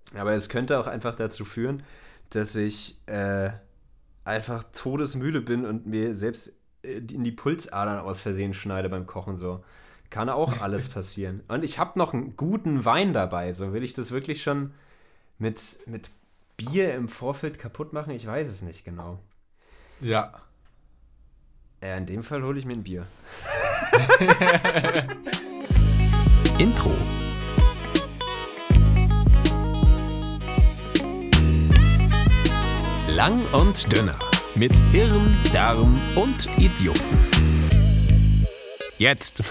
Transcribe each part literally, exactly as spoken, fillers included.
Aber es könnte auch einfach dazu führen, dass ich äh, einfach todesmüde bin und mir selbst äh, in die Pulsadern aus Versehen schneide beim Kochen so. Kann auch alles passieren. Und ich habe noch einen guten Wein dabei. So will ich das wirklich schon mit, mit Bier im Vorfeld kaputt machen? Ich weiß es nicht genau. Ja. Ja, in dem Fall hole ich mir ein Bier. Intro. Lang und dünner. Mit Hirn, Darm und Idioten. Jetzt.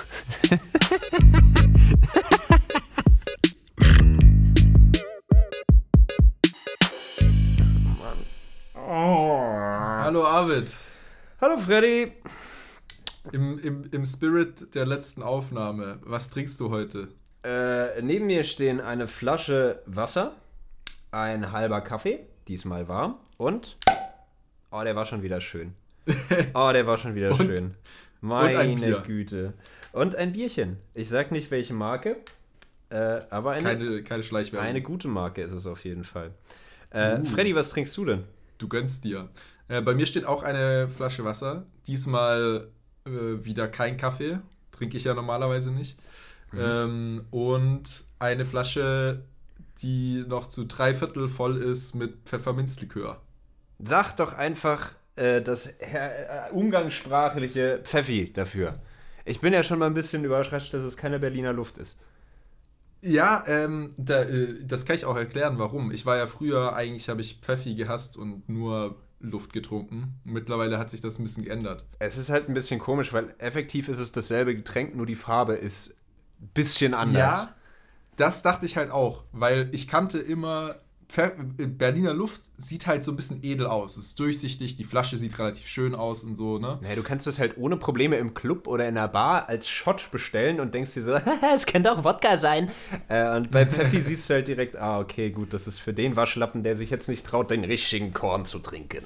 Hallo Arvid. Hallo Freddy. Im, im, Im Spirit der letzten Aufnahme, was trinkst du heute? Äh, neben mir stehen eine Flasche Wasser, ein halber Kaffee, diesmal warm, und, oh, der war schon wieder schön. Oh, der war schon wieder und, schön. Meine und ein Bier. Güte. Und ein Bierchen. Ich sag nicht, welche Marke, äh, aber eine, keine, keine Schleichwerbung. Eine gute Marke ist es auf jeden Fall. Äh, uh. Freddy, was trinkst du denn? Du gönnst dir. Äh, bei mir steht auch eine Flasche Wasser. Diesmal äh, wieder kein Kaffee. Trinke ich ja normalerweise nicht. Mhm. Ähm, und eine Flasche, die noch zu drei Viertel voll ist mit Pfefferminzlikör. Sag doch einfach äh, das her- äh, umgangssprachliche Pfeffi dafür. Ich bin ja schon mal ein bisschen überrascht, dass es keine Berliner Luft ist. Ja, ähm, da, äh, das kann ich auch erklären, warum. Ich war ja früher, eigentlich habe ich Pfeffi gehasst und nur Luft getrunken. Mittlerweile hat sich das ein bisschen geändert. Es ist halt ein bisschen komisch, weil effektiv ist es dasselbe Getränk, nur die Farbe ist ein bisschen anders. Ja, das dachte ich halt auch, weil ich kannte immer, Pfe- Berliner Luft sieht halt so ein bisschen edel aus. Es ist durchsichtig, die Flasche sieht relativ schön aus und so, ne? Naja, du kannst das halt ohne Probleme im Club oder in einer Bar als Shot bestellen und denkst dir so, es könnte auch Wodka sein. Äh, und bei Pfeffi siehst du halt direkt, ah, okay, gut, das ist für den Waschlappen, der sich jetzt nicht traut, den richtigen Korn zu trinken.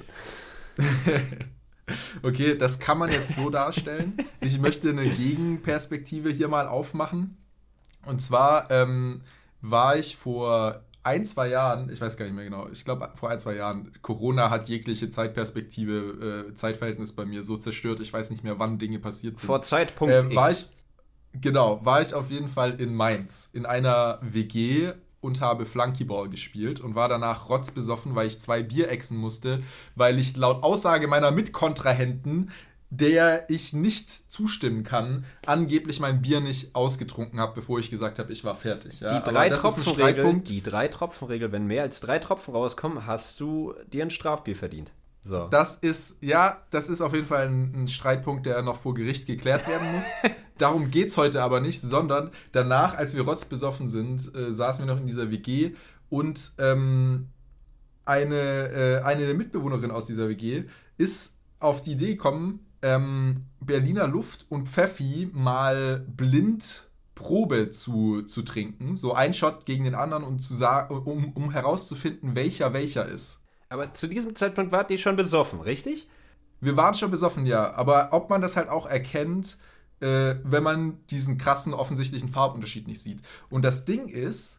Okay, das kann man jetzt so darstellen. Ich möchte eine Gegenperspektive hier mal aufmachen. Und zwar ähm, war ich vor ein, zwei Jahren, ich weiß gar nicht mehr genau, ich glaube vor ein, zwei Jahren, Corona hat jegliche Zeitperspektive, äh, Zeitverhältnis bei mir so zerstört, ich weiß nicht mehr, wann Dinge passiert sind. Vor Zeitpunkt äh, war X. Ich, genau, war ich auf jeden Fall in Mainz, in einer W G und habe Flunkyball gespielt und war danach rotzbesoffen, weil ich zwei Bier exen musste, weil ich laut Aussage meiner Mitkontrahenten, der ich nicht zustimmen kann, angeblich mein Bier nicht ausgetrunken habe, bevor ich gesagt habe, ich war fertig. Ja? Die Drei-Tropfen-Regel, die Drei-Tropfen-Regel, wenn mehr als drei Tropfen rauskommen, hast du dir ein Strafbier verdient. So. Das ist, ja, das ist auf jeden Fall ein, ein Streitpunkt, der noch vor Gericht geklärt werden muss. Darum geht es heute aber nicht, sondern danach, als wir rotzbesoffen sind, äh, saßen wir noch in dieser W G und ähm, eine, äh, eine Mitbewohnerin aus dieser W G ist auf die Idee gekommen, ähm, Berliner Luft und Pfeffi mal blind Probe zu, zu trinken. So ein Shot gegen den anderen, und zu sa- um, um herauszufinden, welcher welcher ist. Aber zu diesem Zeitpunkt wart ihr schon besoffen, richtig? Wir waren schon besoffen, ja. Aber ob man das halt auch erkennt, äh, wenn man diesen krassen, offensichtlichen Farbunterschied nicht sieht. Und das Ding ist,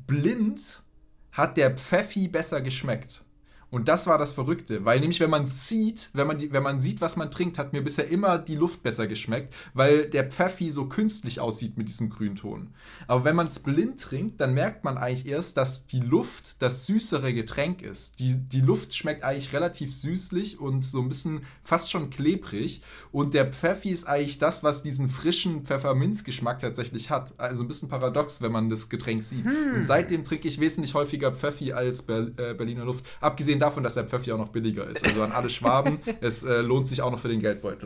blind hat der Pfeffi besser geschmeckt. Und das war das Verrückte, weil nämlich, wenn man sieht, wenn man, die, wenn man sieht, was man trinkt, hat mir bisher immer die Luft besser geschmeckt, weil der Pfeffi so künstlich aussieht mit diesem Grünton. Aber wenn man es blind trinkt, dann merkt man eigentlich erst, dass die Luft das süßere Getränk ist. Die, die Luft schmeckt eigentlich relativ süßlich und so ein bisschen fast schon klebrig. Und der Pfeffi ist eigentlich das, was diesen frischen Pfefferminzgeschmack tatsächlich hat. Also ein bisschen paradox, wenn man das Getränk sieht. Hm. Und seitdem trinke ich wesentlich häufiger Pfeffi als Ber- äh, Berliner Luft. Abgesehen davon, dass der Pfeffi auch noch billiger ist. Also an alle Schwaben, es äh, lohnt sich auch noch für den Geldbeutel.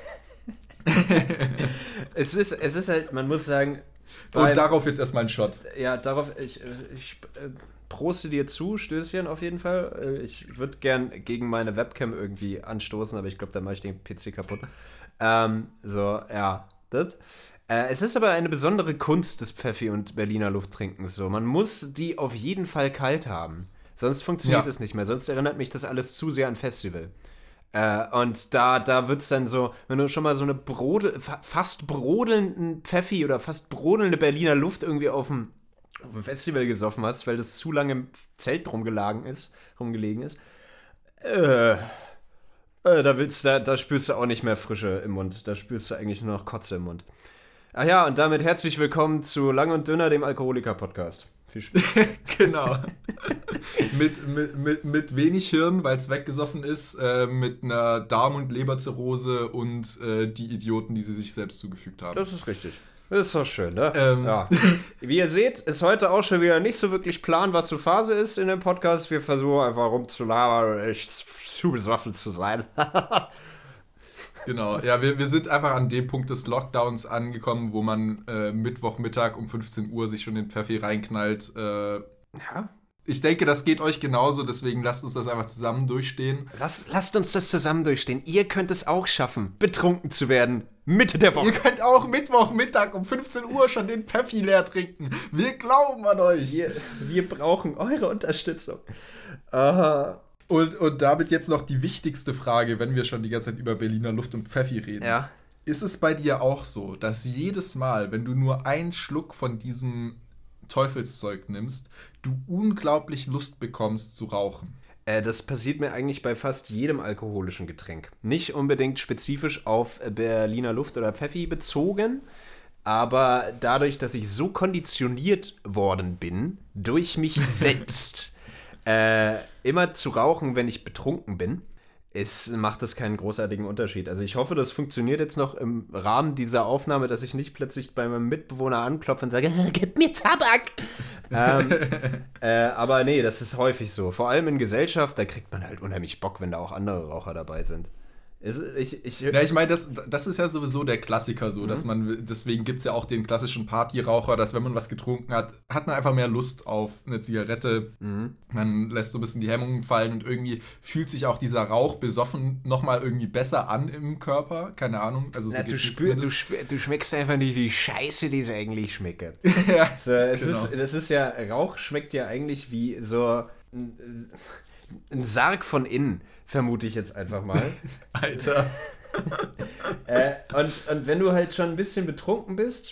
es, ist, es ist halt, man muss sagen... Und beim, darauf jetzt erstmal ein Shot. Ja, darauf, ich, ich äh, proste dir zu, Stößchen auf jeden Fall. Ich würde gern gegen meine Webcam irgendwie anstoßen, aber ich glaube, da mache ich den P C kaputt. Ähm, so, ja, das... Es ist aber eine besondere Kunst des Pfeffi und Berliner Lufttrinkens. So. Man muss die auf jeden Fall kalt haben. Sonst funktioniert es ja. nicht mehr. Sonst erinnert mich das alles zu sehr an Festival. Äh, und da, da wird es dann so, wenn du schon mal so eine Brodel, fa- fast brodelnden Pfeffi oder fast brodelnde Berliner Luft irgendwie auf dem auf dem Festival gesoffen hast, weil das zu lange im Zelt rumgelagen ist, rumgelegen ist, äh, äh, da willst da, da spürst du auch nicht mehr Frische im Mund. Da spürst du eigentlich nur noch Kotze im Mund. Ach ja, und damit herzlich willkommen zu Lang und Dünner, dem Alkoholiker-Podcast. Viel Spaß. Genau. mit, mit, mit, mit wenig Hirn, weil es weggesoffen ist, äh, mit einer Darm- und Leberzirrhose und äh, die Idioten, die sie sich selbst zugefügt haben. Das ist richtig. Das ist doch schön, ne? Ähm. Ja. Wie ihr seht, ist heute auch schon wieder nicht so wirklich Plan, was so Phase ist in dem Podcast. Wir versuchen einfach rumzulabern und echt zu besoffen zu sein. Genau, ja, wir, wir sind einfach an dem Punkt des Lockdowns angekommen, wo man äh, Mittwochmittag um fünfzehn Uhr sich schon den Pfeffi reinknallt. Äh, Ja. Ich denke, das geht euch genauso, deswegen lasst uns das einfach zusammen durchstehen. Lass, lasst uns das zusammen durchstehen. Ihr könnt es auch schaffen, betrunken zu werden. Mitte der Woche. Ihr könnt auch Mittwochmittag um fünfzehn Uhr schon den Pfeffi leer trinken. Wir glauben an euch. Wir, wir brauchen eure Unterstützung. Aha. Und, und damit jetzt noch die wichtigste Frage, wenn wir schon die ganze Zeit über Berliner Luft und Pfeffi reden. Ja. Ist es bei dir auch so, dass jedes Mal, wenn du nur einen Schluck von diesem Teufelszeug nimmst, du unglaublich Lust bekommst zu rauchen? Äh, das passiert mir eigentlich bei fast jedem alkoholischen Getränk. Nicht unbedingt spezifisch auf Berliner Luft oder Pfeffi bezogen, aber dadurch, dass ich so konditioniert worden bin, durch mich selbst, äh, immer zu rauchen, wenn ich betrunken bin, es macht das keinen großartigen Unterschied. Also ich hoffe, das funktioniert jetzt noch im Rahmen dieser Aufnahme, dass ich nicht plötzlich bei meinem Mitbewohner anklopfe und sage, gib mir Tabak! ähm, äh, aber nee, das ist häufig so. Vor allem in Gesellschaft, da kriegt man halt unheimlich Bock, wenn da auch andere Raucher dabei sind. Es, ich, ich, Ja, ich meine, das, das ist ja sowieso der Klassiker so, mhm. dass man, deswegen gibt es ja auch den klassischen Partyraucher, dass wenn man was getrunken hat, hat man einfach mehr Lust auf eine Zigarette. Mhm. Man lässt so ein bisschen die Hemmungen fallen und irgendwie fühlt sich auch dieser Rauch besoffen nochmal irgendwie besser an im Körper. Keine Ahnung. Also so Na, du, spür, du, spür, du schmeckst einfach nicht, wie scheiße diese eigentlich schmeckt. Ja, so, es genau. ist, das ist ja, Rauch schmeckt ja eigentlich wie so ein, ein Sarg von innen. Vermute ich jetzt einfach mal. Alter. äh, und, und wenn du halt schon ein bisschen betrunken bist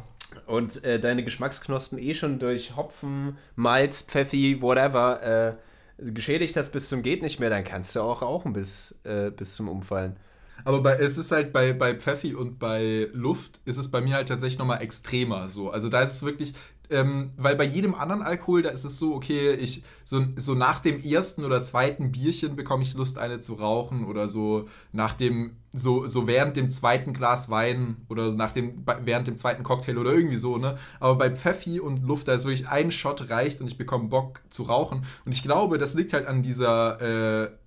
und äh, deine Geschmacksknospen eh schon durch Hopfen, Malz, Pfeffi, whatever äh, geschädigt hast bis zum geht nicht mehr, dann kannst du auch rauchen bis, äh, bis zum Umfallen. Aber bei, es ist halt bei, bei Pfeffi und bei Luft ist es bei mir halt tatsächlich nochmal extremer so. Also da ist es wirklich, ähm, weil bei jedem anderen Alkohol, da ist es so, okay, ich so, so nach dem ersten oder zweiten Bierchen bekomme ich Lust, eine zu rauchen oder so nach dem, so, so während dem zweiten Glas Wein oder nach dem, während dem zweiten Cocktail oder irgendwie so, ne? Aber bei Pfeffi und Luft, da ist wirklich ein Shot reicht und ich bekomme Bock zu rauchen. Und ich glaube, das liegt halt an dieser äh,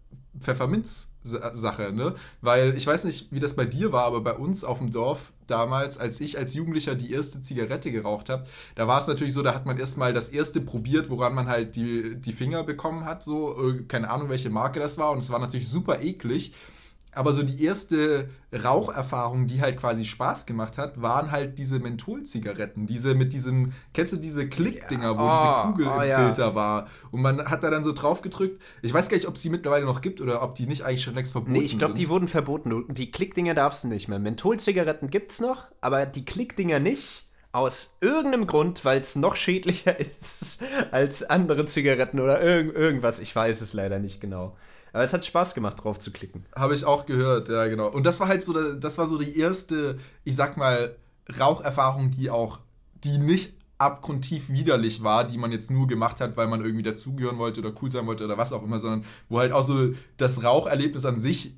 Pfefferminz-Sache, ne? Weil ich weiß nicht, wie das bei dir war, aber bei uns auf dem Dorf damals, als ich als Jugendlicher die erste Zigarette geraucht habe, da war es natürlich so, da hat man erstmal das erste probiert, woran man halt die, die Finger bekommen hat, so, keine Ahnung, welche Marke das war und es war natürlich super eklig. Aber so die erste Raucherfahrung, die halt quasi Spaß gemacht hat, waren halt diese Mentholzigaretten. Diese mit diesem, kennst du diese Klickdinger, ja. wo oh, diese Kugel oh, im ja. Filter war? Und man hat da dann so drauf gedrückt. Ich weiß gar nicht, ob es die mittlerweile noch gibt oder ob die nicht eigentlich schon längst verboten sind. Nee, ich glaube, die wurden verboten. Du, die Klickdinger darfst du nicht mehr. Mentholzigaretten gibt's noch, aber die Klickdinger nicht. Aus irgendeinem Grund, weil es noch schädlicher ist als andere Zigaretten oder irg- irgendwas. Ich weiß es leider nicht genau. Aber es hat Spaß gemacht, drauf zu klicken. Habe ich auch gehört, ja genau. Und das war halt so, das war so die erste, ich sag mal, Raucherfahrung, die auch, die nicht abgrundtief widerlich war, die man jetzt nur gemacht hat, weil man irgendwie dazugehören wollte oder cool sein wollte oder was auch immer, sondern wo halt auch so das Raucherlebnis an sich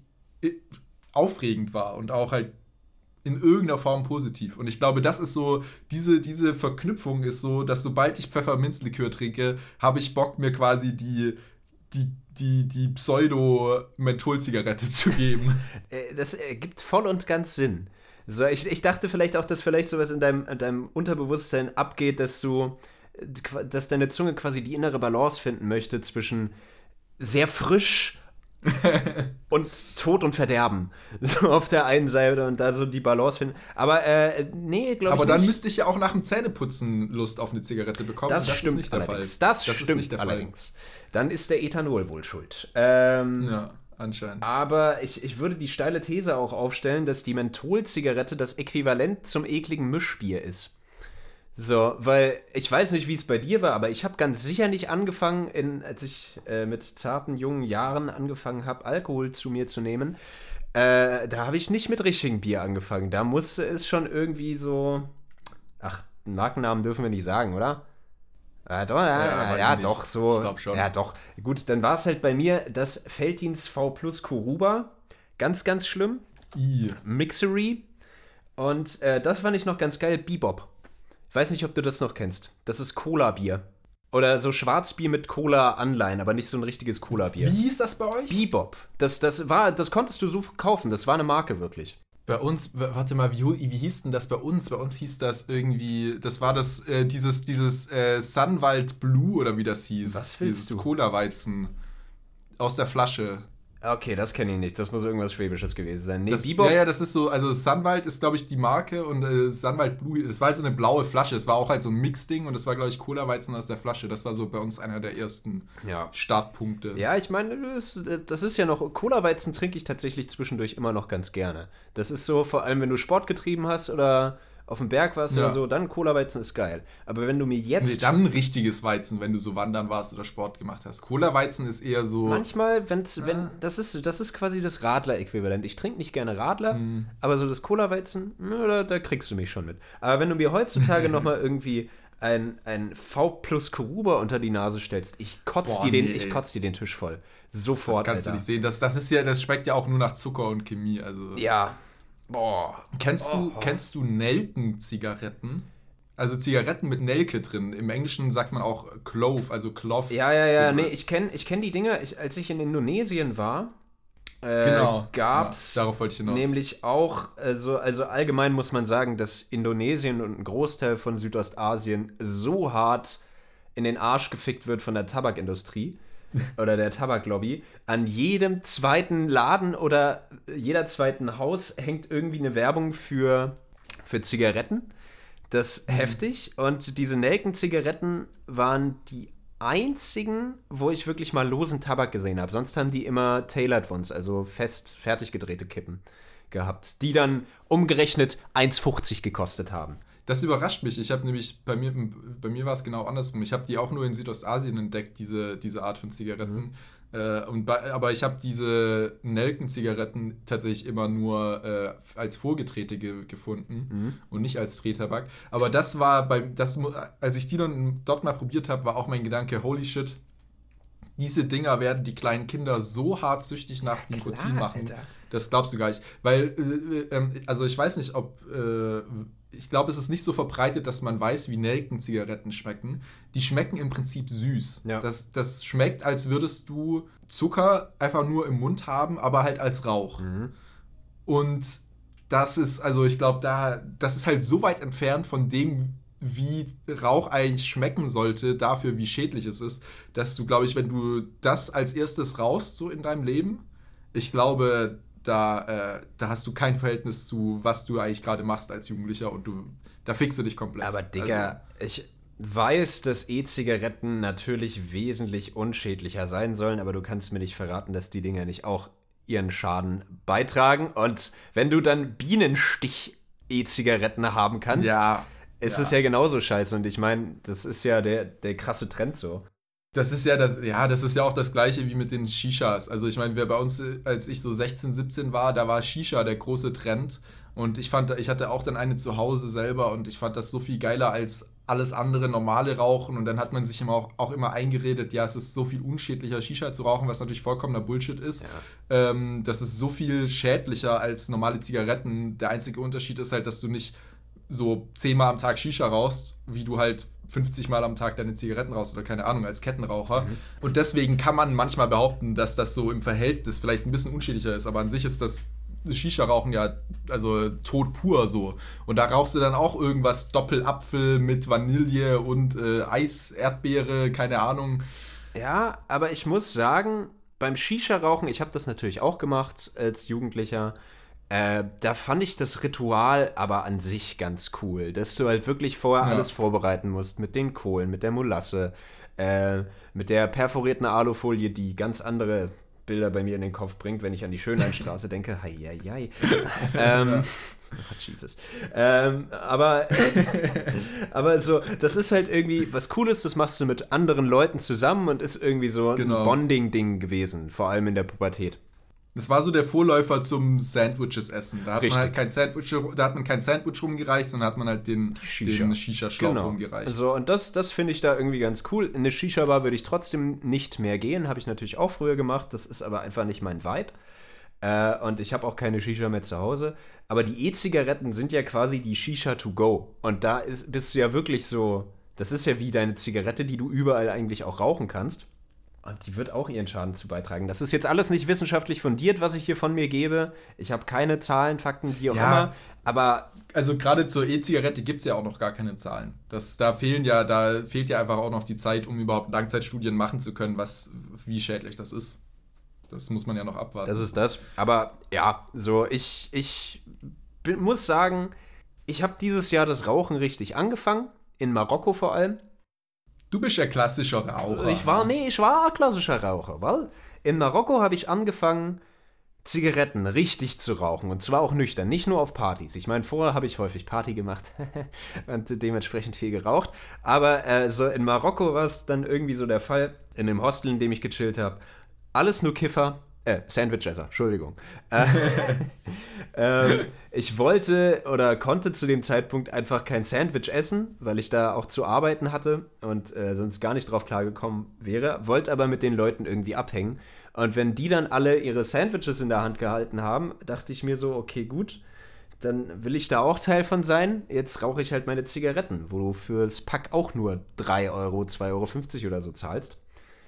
aufregend war und auch halt in irgendeiner Form positiv. Und ich glaube, das ist so, diese, diese Verknüpfung ist so, dass sobald ich Pfefferminzlikör trinke, habe ich Bock, mir quasi die die, die, die Pseudo-Menthol-Zigarette zu geben. Das ergibt voll und ganz Sinn. So, ich, ich dachte vielleicht auch, dass vielleicht sowas in deinem, in deinem Unterbewusstsein abgeht, dass du, dass deine Zunge quasi die innere Balance finden möchte zwischen sehr frisch und Tod und Verderben. So auf der einen Seite und da so die Balance finden. Aber äh, nee, glaube ich nicht. Aber dann müsste ich ja auch nach dem Zähneputzen Lust auf eine Zigarette bekommen. Das, das stimmt ist nicht der Fall. Das, das stimmt ist nicht der allerdings. Fall. Dann ist der Ethanol wohl schuld. Ähm, ja, anscheinend. Aber ich, ich würde die steile These auch aufstellen, dass die Mentholzigarette das Äquivalent zum ekligen Mischbier ist. So, weil ich weiß nicht, wie es bei dir war, aber ich habe ganz sicher nicht angefangen, in, als ich äh, mit zarten jungen Jahren angefangen habe, Alkohol zu mir zu nehmen. Äh, da habe ich nicht mit richtigem Bier angefangen. Da musste es schon irgendwie so. Ach, Markennamen dürfen wir nicht sagen, oder? Äh, doch, ja, ja, ja doch, so. Ich glaube schon. Ja, doch. Gut, dann war es halt bei mir das Veltins V Plus Coruba. Ganz, ganz schlimm. I. Mixery. Und äh, das fand ich noch ganz geil. Bebop. Ich weiß nicht, ob du das noch kennst. Das ist Cola-Bier. Oder so Schwarzbier mit Cola-Anleihen, aber nicht so ein richtiges Cola-Bier. Wie hieß das bei euch? Bebop. Das, das, war, das konntest du so kaufen. Das war eine Marke, wirklich. Bei uns, w- warte mal, wie, wie hieß denn das bei uns? Bei uns hieß das irgendwie, das war das, äh, dieses, dieses äh, Sunwald Blue oder wie das hieß. Was willst dieses du? Cola-Weizen aus der Flasche. Okay, das kenne ich nicht. Das muss irgendwas Schwäbisches gewesen sein. Nee, Das, Bebop. ja, ja, das ist so, also Sunwald ist, glaube ich, die Marke und äh, Sunwald Blue, das war halt so eine blaue Flasche. Es war auch halt so ein Mixding und das war, glaube ich, Cola-Weizen aus der Flasche. Das war so bei uns einer der ersten Ja. Startpunkte. Ja, ich meine, das, das ist ja noch, Cola-Weizen trinke ich tatsächlich zwischendurch immer noch ganz gerne. Das ist so, vor allem wenn du Sport getrieben hast oder auf dem Berg warst Ja. oder so, dann Cola-Weizen ist geil. Aber wenn du mir jetzt... Nee, dann richtiges Weizen, wenn du so wandern warst oder Sport gemacht hast. Cola-Weizen ist eher so... Manchmal, wenn's, wenn, das ist, das ist quasi das Radler-Äquivalent. Ich trinke nicht gerne Radler, Hm. aber so das Cola-Weizen, na, da, da kriegst du mich schon mit. Aber wenn du mir heutzutage nochmal irgendwie ein, ein V plus Coruba unter die Nase stellst, ich kotz, Boah, dir den, nee, ich ey. kotz dir den Tisch voll. Das Sofort, kannst Alter. du nicht sehen. Das, das ist ja, das schmeckt ja auch nur nach Zucker und Chemie. Also. Ja. Boah. Kennst du, Oh. kennst du Nelken-Zigaretten? Also Zigaretten mit Nelke drin. Im Englischen sagt man auch Clove, also Clove. Ja, ja, ja, nee, Cigarettes. ich kenne ich kenn die Dinger. Ich, als ich in Indonesien war, äh, Genau. gab's Ja, darauf wollte ich hinaus. nämlich auch, also, also allgemein muss man sagen, dass Indonesien und ein Großteil von Südostasien so hart in den Arsch gefickt wird von der Tabakindustrie oder der Tabaklobby. An jedem zweiten Laden oder jeder zweiten Haus hängt irgendwie eine Werbung für, für Zigaretten. Das ist heftig. Und diese Nelken-Zigaretten waren die einzigen, wo ich wirklich mal losen Tabak gesehen habe. Sonst haben die immer Tailored Ones, also fest fertig gedrehte Kippen gehabt, die dann umgerechnet eins fünfzig gekostet haben. Das überrascht mich. Ich habe nämlich, bei mir, bei mir war es genau andersrum. Ich habe die auch nur in Südostasien entdeckt, diese, diese Art von Zigaretten. Mhm. Äh, und bei, aber ich habe diese Nelken-Zigaretten tatsächlich immer nur äh, als vorgedrehte ge gefunden Mhm. und nicht als Drehtabak. Aber das war, bei, das, mu- als ich die dann dort mal probiert habe, war auch mein Gedanke, holy shit, diese Dinger werden die kleinen Kinder so hart süchtig nach Nikotin machen. Alter. Das glaubst du gar nicht. Weil, äh, äh, also ich weiß nicht, ob, äh, ich glaube, es ist nicht so verbreitet, dass man weiß, wie Nelken-Zigaretten schmecken. Die schmecken im Prinzip süß. Ja. Das, das schmeckt, als würdest du Zucker einfach nur im Mund haben, aber halt als Rauch. Mhm. Und das ist, also ich glaube, da, das ist halt so weit entfernt von dem, wie Rauch eigentlich schmecken sollte, dafür, wie schädlich es ist, dass du, glaube ich, wenn du das als erstes rauchst, so in deinem Leben, ich glaube, da, äh, da hast du kein Verhältnis zu, was du eigentlich gerade machst als Jugendlicher und du, da fickst du dich komplett. Aber Digga, ich weiß, dass E-Zigaretten natürlich wesentlich unschädlicher sein sollen, aber du kannst mir nicht verraten, dass die Dinger nicht auch ihren Schaden beitragen. Und wenn du dann Bienenstich-E-Zigaretten haben kannst, ja, ist ja. es ja genauso scheiße. Und ich meine, das ist ja der, der krasse Trend so. Das ist ja das, ja, das ist ja auch das Gleiche wie mit den Shishas. Also ich meine, wer bei uns, äh, als ich so sechzehn, siebzehn war, da war Shisha der große Trend. Und ich fand, ich hatte auch dann eine zu Hause selber und ich fand das so viel geiler als alles andere normale Rauchen. Und dann hat man sich immer auch, auch immer eingeredet, ja, es ist so viel unschädlicher, Shisha zu rauchen, was natürlich vollkommener Bullshit ist. Ja. Ähm, das ist so viel schädlicher als normale Zigaretten. Der einzige Unterschied ist halt, dass du nicht so zehnmal am Tag Shisha rauchst, wie du halt fünfzig Mal am Tag deine Zigaretten rauchst oder keine Ahnung, als Kettenraucher. Mhm. Und deswegen kann man manchmal behaupten, dass das so im Verhältnis vielleicht ein bisschen unschädlicher ist, aber an sich ist das Shisha-Rauchen ja also tot pur so. Und da rauchst du dann auch irgendwas Doppelapfel mit Vanille und äh, Eis, Erdbeere, keine Ahnung. Ja, aber ich muss sagen, beim Shisha-Rauchen, ich habe das natürlich auch gemacht als Jugendlicher, Äh, da fand ich das Ritual aber an sich ganz cool, dass du halt wirklich vorher Ja. alles vorbereiten musst mit den Kohlen, mit der Molasse, äh, mit der perforierten Alufolie, die ganz andere Bilder bei mir in den Kopf bringt, wenn ich an die Schönleinstraße denke. Hei, hei, hei. ähm, oh, Jesus. Ähm, aber, aber so, das ist halt irgendwie was Cooles, das machst du mit anderen Leuten zusammen und ist irgendwie so ein Genau. Bonding-Ding gewesen, vor allem in der Pubertät. Das war so der Vorläufer zum Sandwiches essen. Da hat Richtig. man halt kein Sandwich, da hat man kein Sandwich rumgereicht, sondern hat man halt den, Shisha. den Shisha-Schlauch Genau. rumgereicht. So, und das, das finde ich da irgendwie ganz cool. In eine Shisha-Bar würde ich trotzdem nicht mehr gehen, habe ich natürlich auch früher gemacht, das ist aber einfach nicht mein Vibe. Äh, und ich habe auch keine Shisha mehr zu Hause. Aber die E-Zigaretten sind ja quasi die Shisha to go. Und da ist, bist du ja wirklich so, das ist ja wie deine Zigarette, die du überall eigentlich auch rauchen kannst. Und die wird auch ihren Schaden zu beitragen. Das ist jetzt alles nicht wissenschaftlich fundiert, was ich hier von mir gebe. Ich habe keine Zahlen, Fakten, wie auch Ja. immer. Aber Also gerade zur E-Zigarette gibt es ja auch noch gar keine Zahlen. Das, da fehlen ja, da fehlt ja einfach auch noch die Zeit, um überhaupt Langzeitstudien machen zu können, was, wie schädlich das ist. Das muss man ja noch abwarten. das ist das. Aber ja, so ich, ich bin, muss sagen, ich habe dieses Jahr das Rauchen richtig angefangen. In Marokko vor allem. Du bist ja klassischer Raucher. Ich war, nee, ich war ein klassischer Raucher, weil in Marokko habe ich angefangen, Zigaretten richtig zu rauchen. Und zwar auch nüchtern, nicht nur auf Partys. Ich meine, vorher habe ich häufig Party gemacht und dementsprechend viel geraucht. Aber äh, so in Marokko war es dann irgendwie so der Fall, in dem Hostel, in dem ich gechillt habe, alles nur Kiffer, äh, Sandwich-Esser, Entschuldigung. Äh, ähm, ich wollte oder konnte zu dem Zeitpunkt einfach kein Sandwich essen, weil ich da auch zu arbeiten hatte und äh, sonst gar nicht drauf klargekommen wäre, wollte aber mit den Leuten irgendwie abhängen. Und wenn die dann alle ihre Sandwiches in der Hand gehalten haben, dachte ich mir so, okay, gut, dann will ich da auch Teil von sein. Jetzt rauche ich halt meine Zigaretten, wo du fürs Pack auch nur drei Euro, zwei Euro fünfzig oder so zahlst.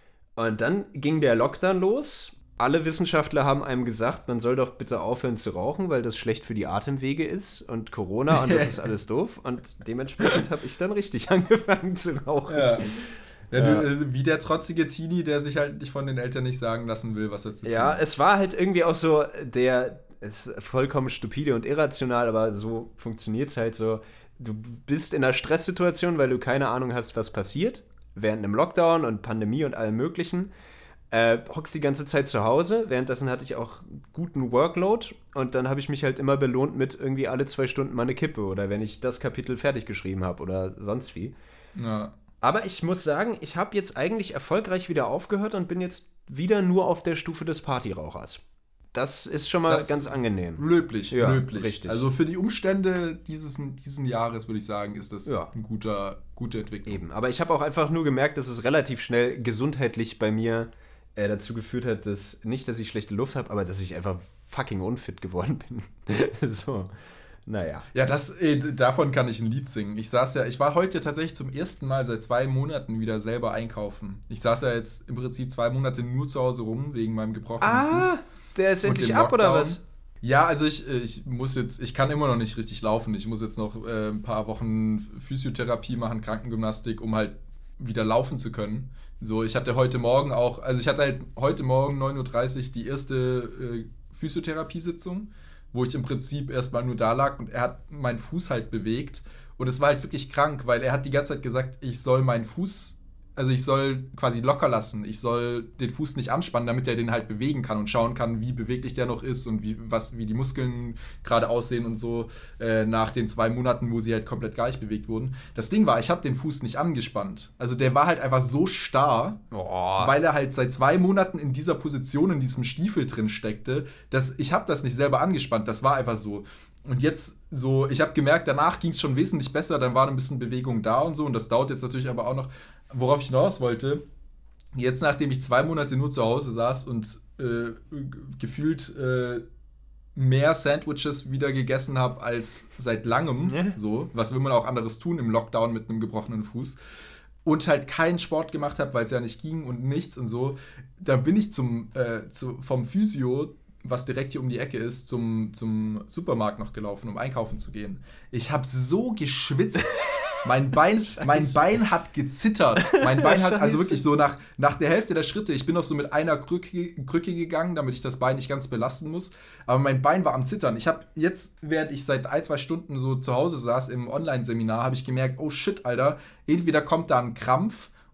Und dann ging der Lockdown los. Alle Wissenschaftler haben einem gesagt, man soll doch bitte aufhören zu rauchen, weil das schlecht für die Atemwege ist und Corona und das ist alles doof. Und dementsprechend habe ich dann richtig angefangen zu rauchen. Ja. Ja, Ja. Du, äh, wie der trotzige Teenie, der sich halt nicht von den Eltern nicht sagen lassen will, was er zu tun Ja, hat. es war halt irgendwie auch so, der ist vollkommen stupide und irrational, aber so funktioniert es halt so. Du bist in einer Stresssituation, weil du keine Ahnung hast, was passiert, während einem Lockdown und Pandemie und allem Möglichen. Äh, hockst die ganze Zeit zu Hause, währenddessen hatte ich auch guten Workload und dann habe ich mich halt immer belohnt mit irgendwie alle zwei Stunden mal eine Kippe oder wenn ich das Kapitel fertig geschrieben habe oder sonst wie. Ja. Aber ich muss sagen, ich habe jetzt eigentlich erfolgreich wieder aufgehört und bin jetzt wieder nur auf der Stufe des Partyrauchers. Das ist schon mal Das- ganz angenehm. Löblich, Ja, löblich. richtig. Also für die Umstände dieses diesen Jahres, würde ich sagen, ist das Ja. eine guter, gute Entwicklung. Eben. Aber ich habe auch einfach nur gemerkt, dass es relativ schnell gesundheitlich bei mir äh, dazu geführt hat, dass nicht, dass ich schlechte Luft habe, aber dass ich einfach fucking unfit geworden bin. So. Naja. Ja, das, äh, davon kann ich ein Lied singen. Ich saß ja, ich war heute tatsächlich zum ersten Mal seit zwei Monaten wieder selber einkaufen. Ich saß ja jetzt im Prinzip zwei Monate nur zu Hause rum, wegen meinem gebrochenen Ah, Fuß. der ist und endlich dem ab, oder Lockdown. was? Ja, also ich, äh, ich muss jetzt, ich kann immer noch nicht richtig laufen. Ich muss jetzt noch äh, ein paar Wochen Physiotherapie machen, Krankengymnastik, um halt wieder laufen zu können. So, ich hatte heute Morgen auch, also ich hatte halt heute Morgen neun Uhr dreißig die erste äh, Physiotherapiesitzung, wo ich im Prinzip erstmal nur da lag und er hat meinen Fuß halt bewegt und es war halt wirklich krank, weil er hat die ganze Zeit gesagt, ich soll meinen Fuß, also ich soll quasi locker lassen, ich soll den Fuß nicht anspannen, damit er den halt bewegen kann und schauen kann, wie beweglich der noch ist und wie, was, wie die Muskeln gerade aussehen und so äh, nach den zwei Monaten, wo sie halt komplett gar nicht bewegt wurden. Das Ding war, ich habe den Fuß nicht angespannt. Also der war halt einfach so starr, Boah. weil er halt seit zwei Monaten in dieser Position, in diesem Stiefel drin steckte, dass ich habe das nicht selber angespannt, das war einfach so. Und jetzt so, ich habe gemerkt, danach ging es schon wesentlich besser, dann war ein bisschen Bewegung da und so und das dauert jetzt natürlich aber auch noch, worauf ich hinaus wollte, jetzt nachdem ich zwei Monate nur zu Hause saß und äh, gefühlt äh, mehr Sandwiches wieder gegessen habe als seit langem, Ja. so, was will man auch anderes tun im Lockdown mit einem gebrochenen Fuß, und halt keinen Sport gemacht habe, weil es ja nicht ging und nichts und so, dann bin ich zum, äh, zu, vom Physio, was direkt hier um die Ecke ist, zum, zum Supermarkt noch gelaufen, um einkaufen zu gehen. Ich habe so geschwitzt. Mein Bein, mein Bein hat gezittert. Mein Bein hat also Scheiße. wirklich so nach, nach der Hälfte der Schritte, ich bin noch so mit einer Krücke, Krücke gegangen, damit ich das Bein nicht ganz belasten muss. Aber mein Bein war am Zittern. Ich habe jetzt, während ich seit ein, zwei Stunden so zu Hause saß im Online-Seminar, habe ich gemerkt, oh shit, Alter, entweder kommt da ein Krampf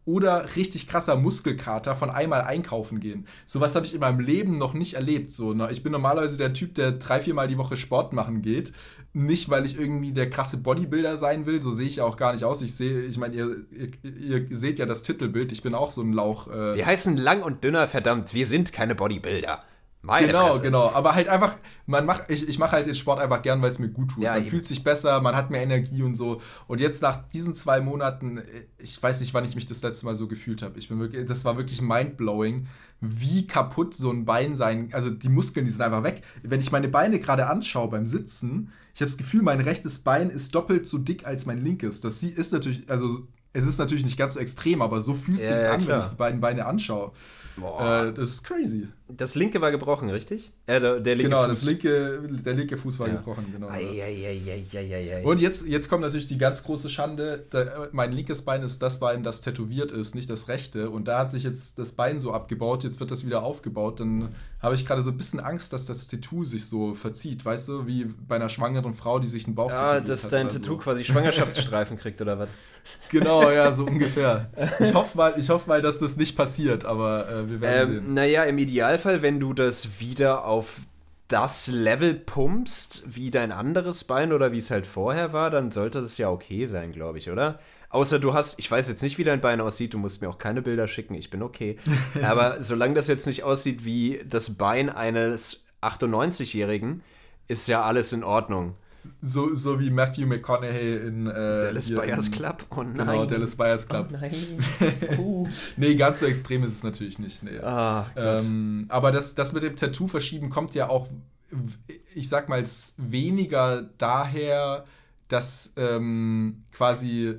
oder richtig krasser Muskelkater von einmal einkaufen gehen. Sowas habe ich in meinem Leben noch nicht erlebt. So, ne? Ich bin normalerweise der Typ, der drei, viermal die Woche Sport machen geht. Nicht, weil ich irgendwie der krasse Bodybuilder sein will. So sehe ich ja auch gar nicht aus. Ich sehe, ich meine, ihr, ihr, ihr seht ja das Titelbild. Ich bin auch so ein Lauch. Äh Wir heißen lang und dünner, verdammt. Wir sind keine Bodybuilder. Meine genau, Fresse. genau. Aber halt einfach, man macht, ich, ich mache halt den Sport einfach gern, weil es mir gut tut. Ja, man eben. fühlt sich besser, man hat mehr Energie und so. Und jetzt nach diesen zwei Monaten, ich weiß nicht, wann ich mich das letzte Mal so gefühlt habe. Ich bin wirklich, das war wirklich mindblowing, wie kaputt so ein Bein sein. Also die Muskeln, die sind einfach weg. Wenn ich meine Beine gerade anschaue beim Sitzen, ich habe das Gefühl, mein rechtes Bein ist doppelt so dick als mein linkes. Das ist natürlich, also es ist natürlich nicht ganz so extrem, aber so fühlt es Ja, sich ja, an, klar. wenn ich die beiden Beine anschaue. Boah. Äh, das ist crazy. Das linke war gebrochen, richtig? Äh, der, der linke Genau, Fuß. das linke, der linke Fuß war Ja. gebrochen, genau. Eieieiei. Und jetzt, jetzt kommt natürlich die ganz große Schande. Da, mein linkes Bein ist das Bein, das tätowiert ist, nicht das rechte. Und da hat sich jetzt das Bein so abgebaut, jetzt wird das wieder aufgebaut. Dann habe ich gerade so ein bisschen Angst, dass das Tattoo sich so verzieht. Weißt du, wie bei einer schwangeren Frau, die sich einen Bauch Ah, tätowiert dass hat dein oder Tattoo so. quasi Schwangerschaftsstreifen kriegt, oder was? Genau, ja, so ungefähr. Ich hoffe mal, ich hoffe mal, dass das nicht passiert, aber äh, wir werden sehen. Ähm, naja, im Idealfall, wenn du das wieder auf das Level pumpst, wie dein anderes Bein oder wie es halt vorher war, dann sollte das ja okay sein, glaube ich, oder? Außer du hast, ich weiß jetzt nicht, wie dein Bein aussieht, du musst mir auch keine Bilder schicken, ich bin okay. Aber solange das jetzt nicht aussieht wie das Bein eines achtundneunzigjährigen, ist ja alles in Ordnung. So, so wie Matthew McConaughey in äh, Dallas hier Buyers in- Club? Oh nein. Genau, Dallas Buyers Club. Oh nein. Oh. Nee, ganz so extrem ist es natürlich nicht. Nee. Ah, Gott. Ähm, aber das, das mit dem Tattoo verschieben kommt ja auch, ich sag mal, s- weniger daher, dass ähm, quasi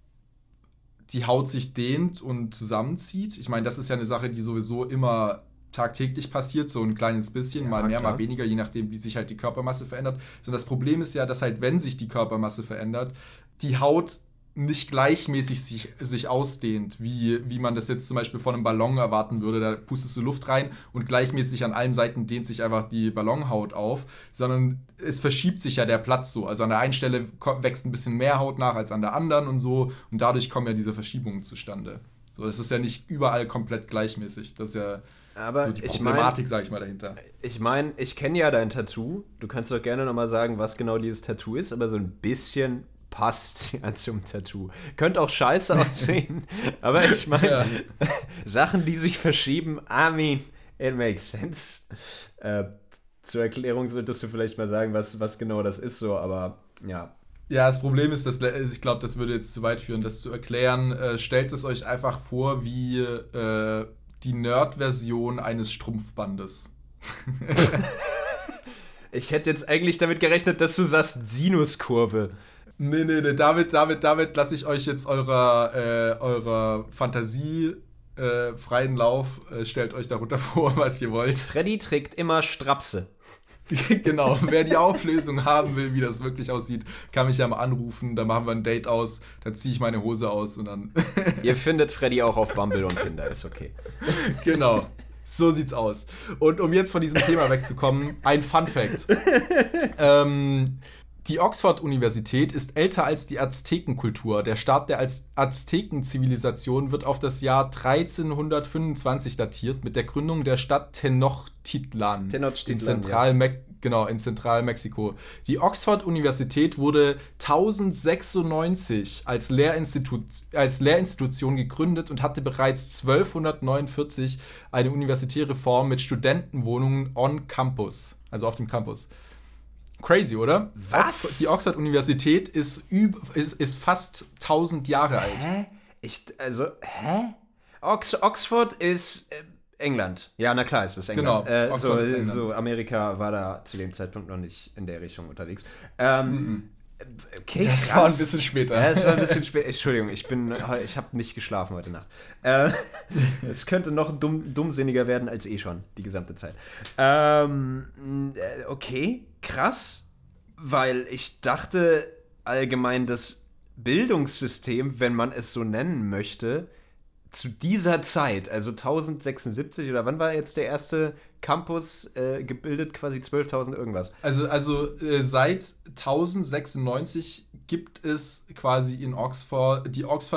die Haut sich dehnt und zusammenzieht. Ich meine, das ist ja eine Sache, die sowieso immer tagtäglich passiert, so ein kleines bisschen, Ja, mal mehr, klar. mal weniger, je nachdem, wie sich halt die Körpermasse verändert. Sondern das Problem ist ja, dass halt, wenn sich die Körpermasse verändert, die Haut nicht gleichmäßig sich, sich ausdehnt, wie, wie man das jetzt zum Beispiel von einem Ballon erwarten würde. Da pustest du Luft rein und gleichmäßig an allen Seiten dehnt sich einfach die Ballonhaut auf, sondern es verschiebt sich ja der Platz so. Also an der einen Stelle ko- wächst ein bisschen mehr Haut nach als an der anderen und so und dadurch kommen ja diese Verschiebungen zustande. So, das ist ja nicht überall komplett gleichmäßig. Das ist ja Aber so die ich meine, Problematik, sage ich mal, dahinter. ich meine, ich kenne ja dein Tattoo. Du kannst doch gerne nochmal sagen, was genau dieses Tattoo ist, aber so ein bisschen passt ja zum Tattoo. Könnte auch scheiße aussehen, aber ich meine, Ja. Sachen, die sich verschieben, I mean, it makes sense. Äh, zur Erklärung solltest du vielleicht mal sagen, was, was genau das ist, so, aber ja. Ja, das Problem ist, dass, ich glaube, das würde jetzt zu weit führen, das zu erklären. Äh, stellt es euch einfach vor wie äh, die Nerd-Version eines Strumpfbandes. Ich hätte jetzt eigentlich damit gerechnet, dass du sagst Sinuskurve. Nee, nee, nee, damit, damit, damit lasse ich euch jetzt eurer, äh, eurer Fantasie äh, freien Lauf. Äh, stellt euch darunter vor, was ihr wollt. Freddy trägt immer Strapse. Genau, wer die Auflösung haben will, wie das wirklich aussieht, kann mich ja mal anrufen. Dann machen wir ein Date aus, dann ziehe ich meine Hose aus und dann... Ihr findet Freddy auch auf Bumble und Tinder, ist okay. Genau, so sieht's aus. Und um jetzt von diesem Thema wegzukommen, ein Fun-Fact. ähm, die Oxford-Universität ist älter als die Aztekenkultur. Der Start der Az- Aztekenzivilisation wird auf das Jahr dreizehnhundertfünfundzwanzig datiert mit der Gründung der Stadt Tenochtitlan, Tenochtitlan, in Zentralme- genau, in Zentralmexiko. Die Oxford-Universität wurde tausendsechsundneunzig als, Lehrinstitut, als Lehrinstitution gegründet und hatte bereits zwölfhundertneunundvierzig eine universitäre Form mit Studentenwohnungen on campus, also auf dem Campus. Crazy, oder? Was? Oxford, die Oxford-Universität ist, üb, ist, ist fast tausend Jahre alt. Hä? Ich, also, hä? Ox Oxford ist äh, England. Ja, na klar, ist es England. Genau, Äh, so, Oxford ist England. so, Amerika war da zu dem Zeitpunkt noch nicht in der Richtung unterwegs. Ähm, okay, Das krass. war ein bisschen später. Ja, das war ein bisschen später. Entschuldigung, ich bin, ich habe nicht geschlafen heute Nacht. Äh, es könnte noch dumm, dummsinniger werden als eh schon, die gesamte Zeit. Ähm, äh, okay, krass, weil ich dachte allgemein, das Bildungssystem, wenn man es so nennen möchte, zu dieser Zeit, also tausendsechsundsiebzig oder wann war jetzt der erste Campus äh, gebildet, quasi zwölftausend irgendwas. Also, also äh, seit tausendsechsundneunzig gibt es quasi in Oxford, die Oxford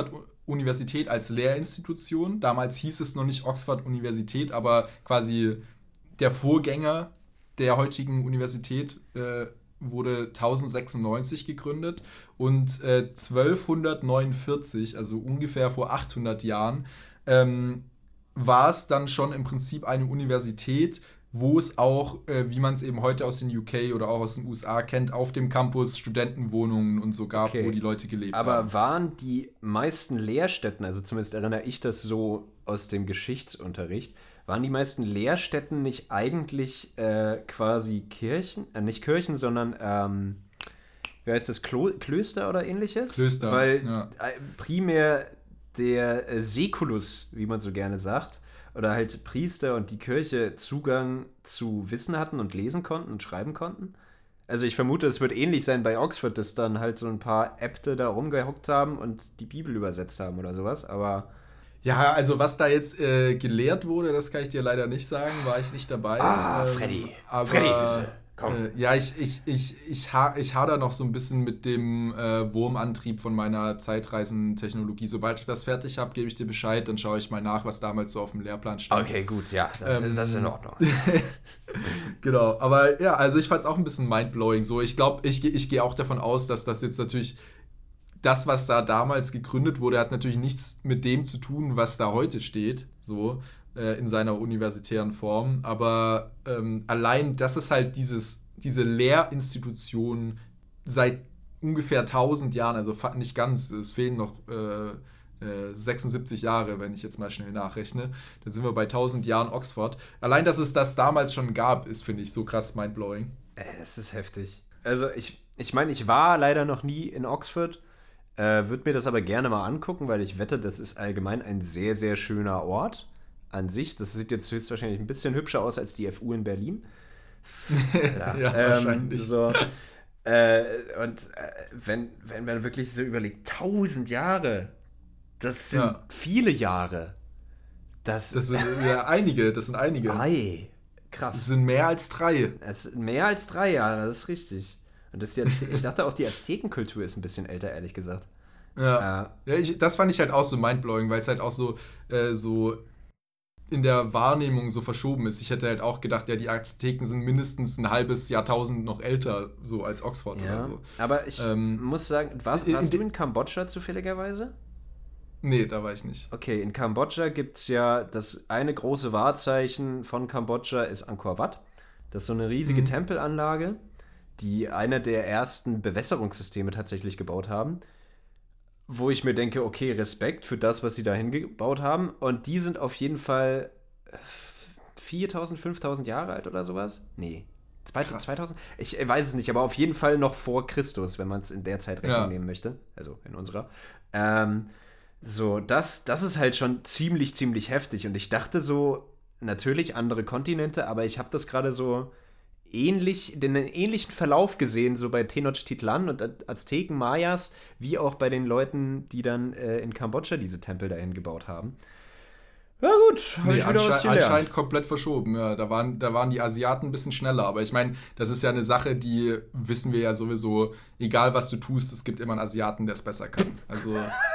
Universität als Lehrinstitution. Damals hieß es noch nicht Oxford-Universität, aber quasi der Vorgänger der heutigen Universität äh, wurde tausendsechsundneunzig gegründet und äh, zwölfhundertneunundvierzig, also ungefähr vor achthundert Jahren, ähm, war es dann schon im Prinzip eine Universität, wo es auch, äh, wie man es eben heute aus den U K oder auch aus den U S A kennt, auf dem Campus Studentenwohnungen und so gab, okay, wo die Leute gelebt Aber haben. Aber waren die meisten Lehrstätten, also zumindest erinnere ich das so aus dem Geschichtsunterricht, waren die meisten Lehrstätten nicht eigentlich äh, quasi Kirchen, äh, nicht Kirchen, sondern ähm, wie heißt das, Klo- Klöster oder ähnliches? Klöster, Weil ja. äh, primär der äh, Säkulus, wie man so gerne sagt, oder halt Priester und die Kirche Zugang zu Wissen hatten und lesen konnten und schreiben konnten. Also ich vermute, es wird ähnlich sein bei Oxford, dass dann halt so ein paar Äbte da rumgehockt haben und die Bibel übersetzt haben oder sowas, aber... Ja, also was da jetzt äh, gelehrt wurde, das kann ich dir leider nicht sagen, war ich nicht dabei. Ah, ähm, Freddy, aber, Freddy, bitte, komm. Äh, ja, ich, ich, ich, ich, ha- ich hader noch so ein bisschen mit dem äh, Wurmantrieb von meiner Zeitreisentechnologie. Sobald ich das fertig habe, gebe ich dir Bescheid, dann schaue ich mal nach, was damals so auf dem Lehrplan stand. Okay, gut, ja, das, Ähm, ist, das ist in Ordnung. Genau, aber ja, also ich fand es auch ein bisschen mindblowing. So, ich glaube, ich, ich gehe auch davon aus, dass das jetzt natürlich... Das, was da damals gegründet wurde, hat natürlich nichts mit dem zu tun, was da heute steht, so äh, in seiner universitären Form. Aber ähm, allein, dass es halt dieses, diese Lehrinstitution seit ungefähr tausend Jahren, also nicht ganz, es fehlen noch äh, äh, sechsundsiebzig Jahre, wenn ich jetzt mal schnell nachrechne, dann sind wir bei tausend Jahren Oxford. Allein, dass es das damals schon gab, ist, finde ich, so krass mindblowing. Ey, das ist heftig. Also ich, ich meine, ich war leider noch nie in Oxford. Äh, würde mir das aber gerne mal angucken, weil ich wette, das ist allgemein ein sehr, sehr schöner Ort an sich. Das sieht jetzt höchstwahrscheinlich ein bisschen hübscher aus als die F U in Berlin. ja, ja ähm, wahrscheinlich. So. Äh, und äh, wenn, wenn man wirklich so überlegt, tausend Jahre, das sind ja. viele Jahre. Das, das sind ja einige, das sind einige. Ei, krass. Das sind mehr als drei. Das sind mehr als drei Jahre, das ist richtig. Und das jetzt, ich dachte auch, die Aztekenkultur ist ein bisschen älter, ehrlich gesagt. Ja, äh, ja ich, das fand ich halt auch so mindblowing, weil es halt auch so, äh, so in der Wahrnehmung so verschoben ist. Ich hätte halt auch gedacht, ja, die Azteken sind mindestens ein halbes Jahrtausend noch älter, so als Oxford ja, oder so. Aber ich ähm, muss sagen, warst, warst in, du in Kambodscha zufälligerweise? Nee, da war ich nicht. Okay, in Kambodscha gibt es ja das eine große Wahrzeichen von Kambodscha ist Angkor Wat. Das ist so eine riesige mhm. Tempelanlage, die einer der ersten Bewässerungssysteme tatsächlich gebaut haben, wo ich mir denke, okay, Respekt für das, was sie da hingebaut haben. Und die sind auf jeden Fall viertausend, fünftausend Jahre alt oder sowas? Nee, zweitausend? Ich weiß es nicht, aber auf jeden Fall noch vor Christus, wenn man es in der Zeitrechnung ja. nehmen möchte. Also in unserer. Ähm, so, das, das ist halt schon ziemlich, ziemlich heftig. Und ich dachte so, natürlich andere Kontinente, aber ich habe das gerade so ähnlich, den ähnlichen Verlauf gesehen, so bei Tenochtitlan und Azteken, Mayas, wie auch bei den Leuten, die dann äh, in Kambodscha diese Tempel dahin gebaut haben. Ja gut, habe nee, ich wieder ansche- was gelernt. Anscheinend komplett verschoben, ja. Da waren, da waren die Asiaten ein bisschen schneller, aber ich meine, das ist ja eine Sache, die wissen wir ja sowieso, egal was du tust, es gibt immer einen Asiaten, der es besser kann. Also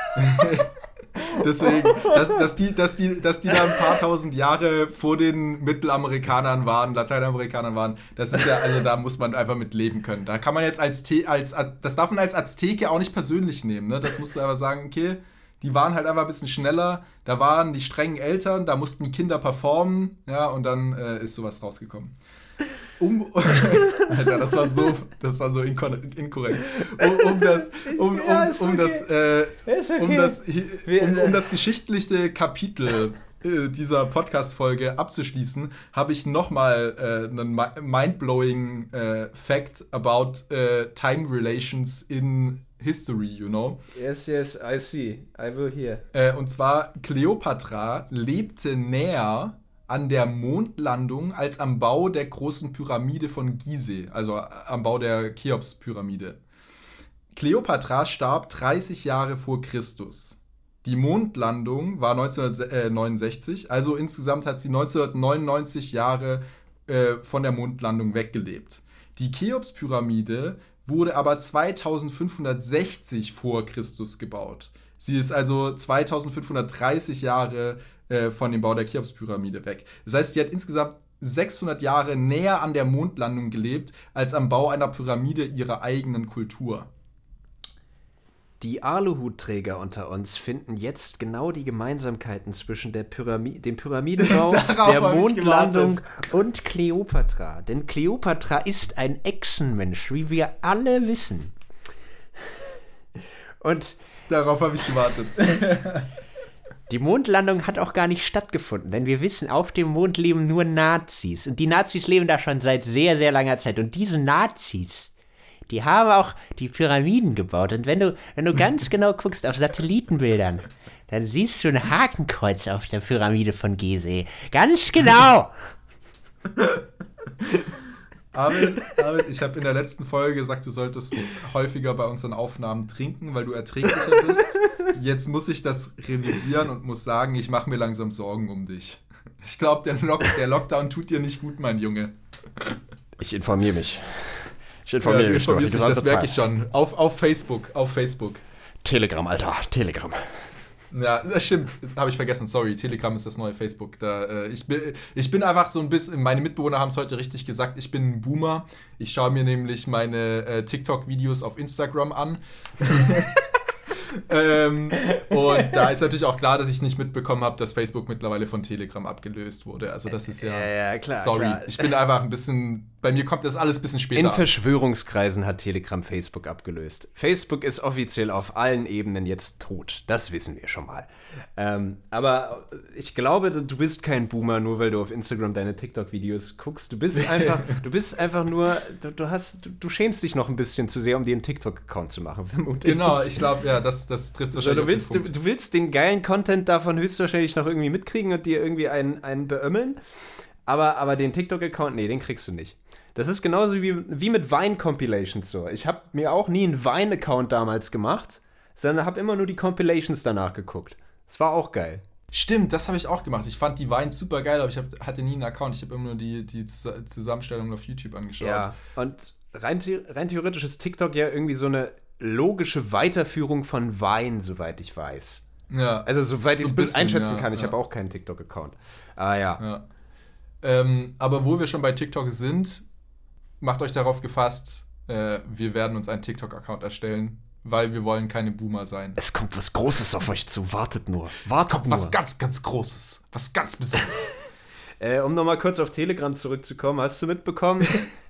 deswegen, dass, dass, die, dass, die, dass die da ein paar tausend Jahre vor den Mittelamerikanern waren, Lateinamerikanern waren, das ist ja, also da muss man einfach mit leben können. Da kann man jetzt als, als das darf man als Azteke auch nicht persönlich nehmen, ne? Das musst du aber sagen, okay, die waren halt einfach ein bisschen schneller, da waren die strengen Eltern, da mussten die Kinder performen, ja, und dann äh, ist sowas rausgekommen. Um, Alter, das war so, das war so inkorrekt. Um, um das, um, um, ja, um okay. das, äh, okay. um das, um, um das geschichtliche Kapitel äh, dieser Podcast-Folge abzuschließen, habe ich nochmal äh, einen mindblowing äh, Fact about äh, time relations in History, you know? Yes, yes, I see. I will hear. Äh, und zwar, Kleopatra lebte näher an der Mondlandung als am Bau der großen Pyramide von Gizeh, also am Bau der Cheops-Pyramide. Kleopatra starb dreißig Jahre vor Christus. Die Mondlandung war neunzehnhundertneunundsechzig, also insgesamt hat sie neunzehnhundertneunundneunzig Jahre äh, von der Mondlandung weggelebt. Die Cheops-Pyramide wurde aber zweitausendfünfhundertsechzig vor Christus gebaut. Sie ist also zweitausendfünfhundertdreißig Jahre äh, von dem Bau der Cheops-Pyramide weg. Das heißt, sie hat insgesamt sechshundert Jahre näher an der Mondlandung gelebt, als am Bau einer Pyramide ihrer eigenen Kultur. Die Aluhutträger unter uns finden jetzt genau die Gemeinsamkeiten zwischen der Pyrami- dem Pyramidenbau, der Mondlandung und Kleopatra. Denn Kleopatra ist ein Echsenmensch, wie wir alle wissen. Und darauf habe ich gewartet. Die Mondlandung hat auch gar nicht stattgefunden, denn wir wissen, auf dem Mond leben nur Nazis. Und die Nazis leben da schon seit sehr, sehr langer Zeit. Und diese Nazis, die haben auch die Pyramiden gebaut. Und wenn du, wenn du ganz genau guckst auf Satellitenbildern, dann siehst du ein Hakenkreuz auf der Pyramide von Gizeh. Ganz genau. Armin, Armin, ich habe in der letzten Folge gesagt, du solltest häufiger bei unseren Aufnahmen trinken, weil du erträglicher bist. Jetzt muss ich das revidieren und muss sagen, ich mache mir langsam Sorgen um dich. Ich glaube, der, Lock- der Lockdown tut dir nicht gut, mein Junge. Ich informiere mich. Ich informiere ja, mich. Dich, das merke ich schon. Auf, auf Facebook, auf Facebook. Telegram, Alter, Telegram. Ja, das stimmt. Habe ich vergessen. Sorry, Telegram ist das neue Facebook. Da, äh, ich, bin, ich bin einfach so ein bisschen, meine Mitbewohner haben es heute richtig gesagt, ich bin ein Boomer. Ich schaue mir nämlich meine äh, TikTok-Videos auf Instagram an. ähm, und da ist natürlich auch klar, dass ich nicht mitbekommen habe, dass Facebook mittlerweile von Telegram abgelöst wurde. Also das ist ja... Ja, ja klar. Sorry, klar. Ich bin einfach ein bisschen... Bei mir kommt das alles ein bisschen später. In Verschwörungskreisen hat Telegram Facebook abgelöst. Facebook ist offiziell auf allen Ebenen jetzt tot. Das wissen wir schon mal. Ähm, aber ich glaube, du bist kein Boomer, nur weil du auf Instagram deine TikTok-Videos guckst. Du bist einfach, du bist einfach nur, du, du hast, du, du schämst dich noch ein bisschen zu sehr, um dir einen TikTok-Account zu machen. Vermutlich. Genau, ich glaube, ja, das, das trifft wahrscheinlich also, du willst, du, du willst den geilen Content davon höchstwahrscheinlich noch irgendwie mitkriegen und dir irgendwie einen, einen beömmeln. Aber, aber den TikTok-Account, nee, den kriegst du nicht. Das ist genauso wie, wie mit Vine-Compilations so. Ich habe mir auch nie einen Vine-Account damals gemacht, sondern habe immer nur die Compilations danach geguckt. Das war auch geil. Stimmt, das habe ich auch gemacht. Ich fand die Vines super geil, aber ich hab, hatte nie einen Account. Ich habe immer nur die, die Zusammenstellung auf YouTube angeschaut. Ja, und rein, rein theoretisch ist TikTok ja irgendwie so eine logische Weiterführung von Vine, soweit ich weiß. Ja. Also soweit so ich es einschätzen ja, kann. Ich ja. habe auch keinen TikTok-Account. Ah ja. ja. Ähm, aber wo wir schon bei TikTok sind, macht euch darauf gefasst, äh, wir werden uns einen TikTok-Account erstellen, weil wir wollen keine Boomer sein. Es kommt was Großes auf euch zu, wartet nur. Wartet es kommt nur. was ganz, ganz Großes, was ganz Besonderes. äh, um nochmal kurz auf Telegram zurückzukommen, hast du mitbekommen,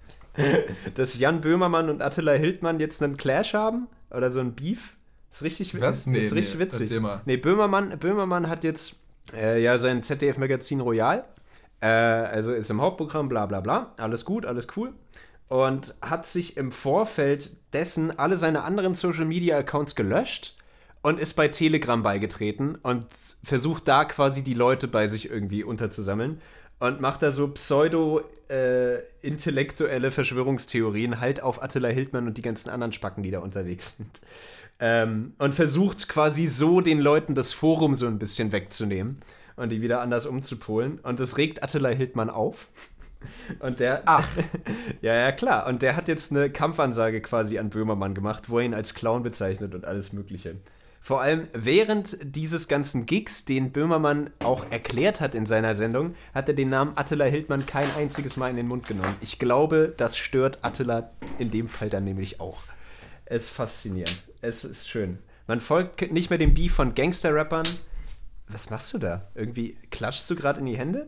dass Jan Böhmermann und Attila Hildmann jetzt einen Clash haben? Oder so ein Beef? Ist richtig, was? Nee, ist richtig nee, witzig. Erzähl mal. Nee, Böhmermann, Böhmermann hat jetzt äh, ja sein Z D F-Magazin Royal. Äh, also ist im Hauptprogramm, bla bla bla. Alles gut, alles cool. Und hat sich im Vorfeld dessen alle seine anderen Social-Media-Accounts gelöscht und ist bei Telegram beigetreten und versucht da quasi die Leute bei sich irgendwie unterzusammeln und macht da so pseudo-intellektuelle äh, Verschwörungstheorien halt auf Attila Hildmann und die ganzen anderen Spacken, die da unterwegs sind. Ähm, und versucht quasi so den Leuten das Forum so ein bisschen wegzunehmen und die wieder anders umzupolen. Und das regt Attila Hildmann auf. Und der, Ach. ja, ja, klar. Und der hat jetzt eine Kampfansage quasi an Böhmermann gemacht, wo er ihn als Clown bezeichnet und alles Mögliche. Vor allem während dieses ganzen Gigs, den Böhmermann auch erklärt hat in seiner Sendung, hat er den Namen Attila Hildmann kein einziges Mal in den Mund genommen. Ich glaube, das stört Attila in dem Fall dann nämlich auch. Es ist faszinierend. Es ist schön. Man folgt nicht mehr dem Beef von Gangster-Rappern. Was machst du da? Irgendwie klatschst du gerade in die Hände?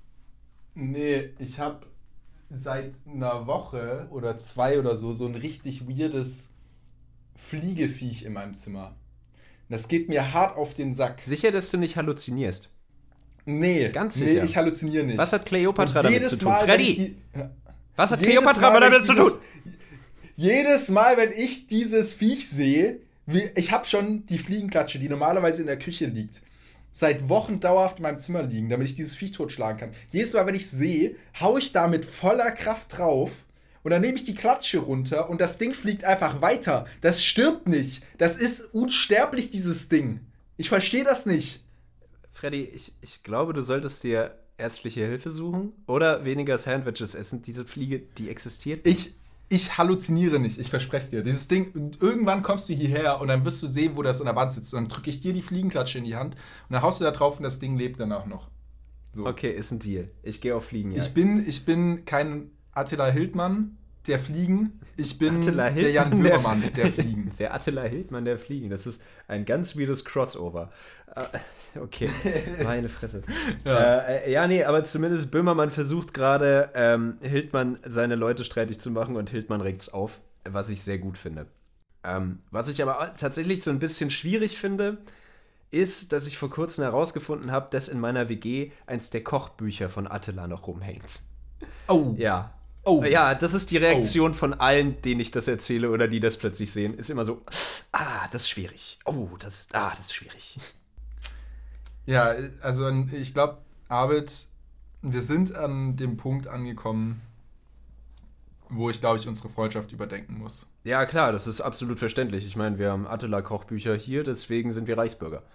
Nee, ich habe seit einer Woche oder zwei oder so so ein richtig weirdes Fliegeviech in meinem Zimmer. Das geht mir hart auf den Sack. Sicher, dass du nicht halluzinierst? Nee, ganz sicher. Nee, ich halluziniere nicht. Was hat Kleopatra damit zu tun? Mal, Freddy! Die, was hat Kleopatra damit zu tun? Jedes Mal, wenn ich dieses Viech sehe, wie, ich habe schon die Fliegenklatsche, die normalerweise in der Küche liegt, seit Wochen dauerhaft in meinem Zimmer liegen, damit ich dieses Viech totschlagen kann. Jedes Mal, wenn ich sehe, hau ich da mit voller Kraft drauf und dann nehme ich die Klatsche runter und das Ding fliegt einfach weiter. Das stirbt nicht. Das ist unsterblich, dieses Ding. Ich verstehe das nicht. Freddy, ich, ich glaube, du solltest dir ärztliche Hilfe suchen oder weniger Sandwiches essen. Diese Fliege, die existiert. Ich, Ich halluziniere nicht, ich verspreche es dir. Dieses Ding, und irgendwann kommst du hierher und dann wirst du sehen, wo das an der Wand sitzt. Und dann drücke ich dir die Fliegenklatsche in die Hand und dann haust du da drauf und das Ding lebt danach noch. So. Okay, ist ein Deal. Ich gehe auf Fliegenjagd. Ich bin, ich bin kein Attila Hildmann, der Fliegen. Ich bin Attila der Jan Hildmann, der- Böhmermann, der, Fliegen. Der Attila Hildmann, der Fliegen. Das ist ein ganz weirdes Crossover. Äh, Okay, meine Fresse. Ja. Äh, ja, nee, aber zumindest Böhmermann versucht gerade, ähm, Hildmann seine Leute streitig zu machen und Hildmann regt's auf, was ich sehr gut finde. Ähm, was ich aber tatsächlich so ein bisschen schwierig finde, ist, dass ich vor kurzem herausgefunden habe, dass in meiner W G eins der Kochbücher von Attila noch rumhängt. Oh. Ja. Oh. Ja, das ist die Reaktion von allen, denen ich das erzähle oder die das plötzlich sehen. Ist immer so, ah, das ist schwierig. Oh, das, ah, das ist schwierig. Ja, also ich glaube, Arvid, wir sind an dem Punkt angekommen, wo ich, glaube ich, unsere Freundschaft überdenken muss. Ja, klar, das ist absolut verständlich. Ich meine, wir haben Attila-Kochbücher hier, deswegen sind wir Reichsbürger.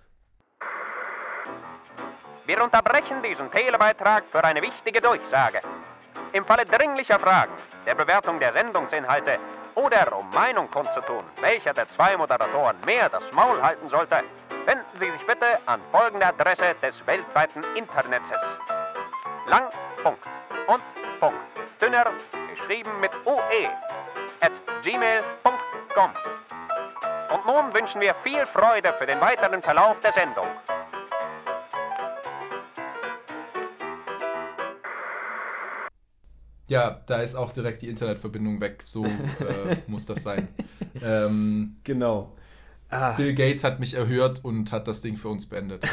Wir unterbrechen diesen Telebeitrag für eine wichtige Durchsage. Im Falle dringlicher Fragen, der Bewertung der Sendungsinhalte oder um Meinung kundzutun, welcher der zwei Moderatoren mehr das Maul halten sollte, wenden Sie sich bitte an folgende Adresse des weltweiten Internets. Lang, Punkt und Punkt. Dünner, geschrieben mit O E, at gmail punkt com. Und nun wünschen wir viel Freude für den weiteren Verlauf der Sendung. Ja, da ist auch direkt die Internetverbindung weg. So äh, muss das sein. Ähm, Genau. Ah, Bill Gates hat mich erhört und hat das Ding für uns beendet.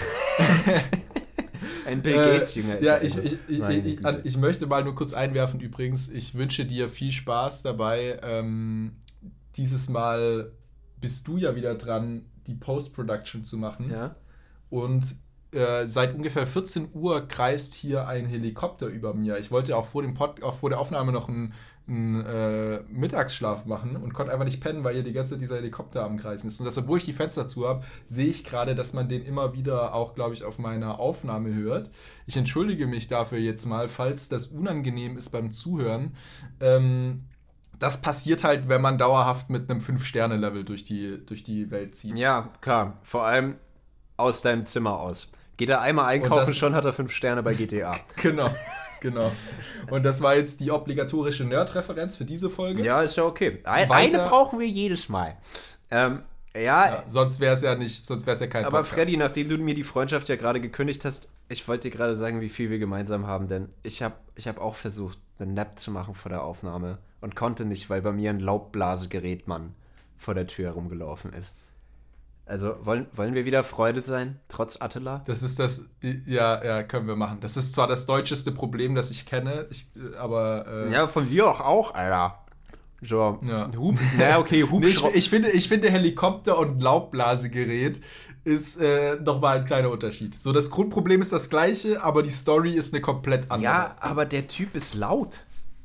ein Bill Äh, Gates-Jünger ist ja, er ich, also. ich, ich, Meine ich, Güte. ich möchte mal nur kurz einwerfen übrigens. Ich wünsche dir viel Spaß dabei. Ähm, dieses Mal bist du ja wieder dran, die Post-Production zu machen. Ja? Und äh, seit ungefähr vierzehn Uhr kreist hier ein Helikopter über mir. Ich wollte auch vor, dem Pod, auch vor der Aufnahme noch einen, einen äh, Mittagsschlaf machen und konnte einfach nicht pennen, weil hier die ganze Zeit dieser Helikopter am Kreisen ist. Und das, obwohl ich die Fenster zu habe, sehe ich gerade, dass man den immer wieder auch, glaube ich, auf meiner Aufnahme hört. Ich entschuldige mich dafür jetzt mal, falls das unangenehm ist beim Zuhören. Ähm, das passiert halt, wenn man dauerhaft mit einem fünf Sterne Level durch die, durch die Welt zieht. Ja, klar. Vor allem aus deinem Zimmer aus. Geht er einmal einkaufen, das- schon hat er fünf Sterne bei G T A. Genau, genau. Und das war jetzt die obligatorische Nerd-Referenz für diese Folge. Ja, ist ja okay. Ein, Weiter- eine brauchen wir jedes Mal. Ähm, ja, Ja, sonst wäre es ja nicht, sonst wäre es ja kein aber Podcast. Freddy, nachdem du mir die Freundschaft ja gerade gekündigt hast, ich wollte dir gerade sagen, wie viel wir gemeinsam haben, denn ich habe ich hab auch versucht, einen Nap zu machen vor der Aufnahme und konnte nicht, weil bei mir ein Laubblasegerätmann vor der Tür herumgelaufen ist. Also, wollen, wollen wir wieder Freude sein, trotz Attila? Das ist das, ja, ja, können wir machen. Das ist zwar das deutscheste Problem, das ich kenne, ich, aber äh, Ja, von dir auch, auch, Alter. So, Ja. Hub, naja, okay, nee, ich, Hubschrauber. ich, finde, ich finde Helikopter und Laubblasegerät ist äh, nochmal ein kleiner Unterschied. So, das Grundproblem ist das gleiche, aber die Story ist eine komplett andere. Ja, aber der Typ ist laut.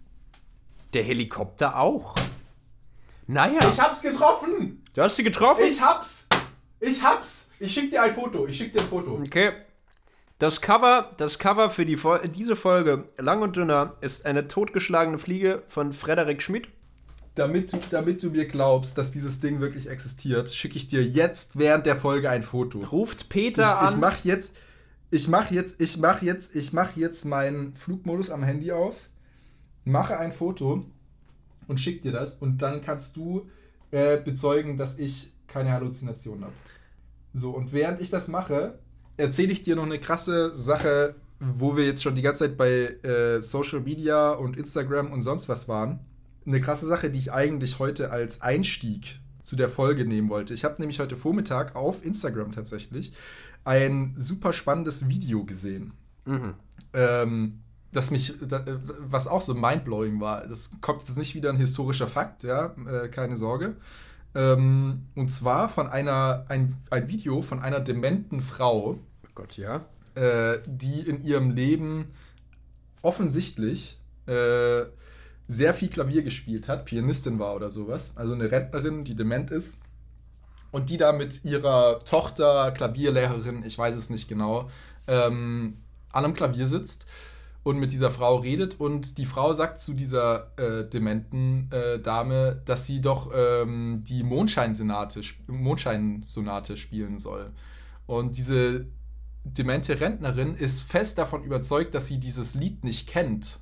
Der Helikopter auch. Naja, Ich hab's getroffen! du hast sie getroffen? Ich hab's! Ich hab's! Ich schick dir ein Foto. Ich schick dir ein Foto. Okay. Das Cover, das Cover für die, Fol- diese Folge, Lang und Dünner, ist eine totgeschlagene Fliege von Frederik Schmidt. Damit du, damit du mir glaubst, dass dieses Ding wirklich existiert, schicke ich dir jetzt während der Folge ein Foto. Ruft Peter Ich, an. ich mach jetzt, ich mach jetzt, ich mach jetzt, ich mach jetzt meinen Flugmodus am Handy aus, mache ein Foto und schick dir das und dann kannst du äh, bezeugen, dass ich keine Halluzinationen habe. So, und während ich das mache, erzähle ich dir noch eine krasse Sache, wo wir jetzt schon die ganze Zeit bei äh, Social Media und Instagram und sonst was waren. Eine krasse Sache, die ich eigentlich heute als Einstieg zu der Folge nehmen wollte. Ich habe nämlich heute Vormittag auf Instagram tatsächlich ein super spannendes Video gesehen. Mhm. Ähm, das mich, da, was auch so mindblowing war. Das kommt jetzt nicht wieder ein historischer Fakt, ja, äh, keine Sorge. Ähm, und zwar von einer, ein, ein Video von einer dementen Frau, Oh Gott, ja. äh, die in ihrem Leben offensichtlich äh, sehr viel Klavier gespielt hat, Pianistin war oder sowas, also eine Rentnerin, die dement ist und die da mit ihrer Tochter, Klavierlehrerin, ich weiß es nicht genau, ähm, an einem Klavier sitzt und mit dieser Frau redet und die Frau sagt zu dieser äh, dementen äh, Dame, dass sie doch ähm, die Mondscheinsonate, Mondscheinsonate spielen soll. Und diese demente Rentnerin ist fest davon überzeugt, dass sie dieses Lied nicht kennt.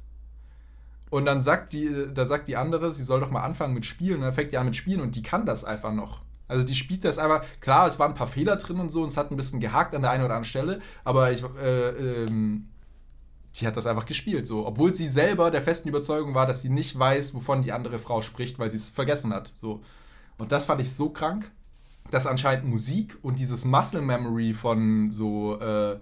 Und dann sagt die, da sagt die andere, sie soll doch mal anfangen mit Spielen. Und dann fängt die an mit Spielen und die kann das einfach noch. Also die spielt das einfach, klar, es waren ein paar Fehler drin und so und es hat ein bisschen gehakt an der einen oder anderen Stelle, aber ich, äh, ähm, sie hat das einfach gespielt, so. Obwohl sie selber der festen Überzeugung war, dass sie nicht weiß, wovon die andere Frau spricht, weil sie es vergessen hat, so. Und das fand ich so krank, dass anscheinend Musik und dieses Muscle Memory von so äh,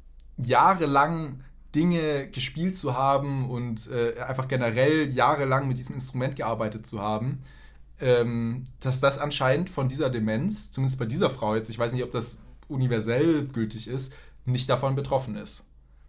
jahrelang Dinge gespielt zu haben und äh, einfach generell jahrelang mit diesem Instrument gearbeitet zu haben, ähm, dass das anscheinend von dieser Demenz, zumindest bei dieser Frau jetzt, ich weiß nicht, ob das universell gültig ist, nicht davon betroffen ist.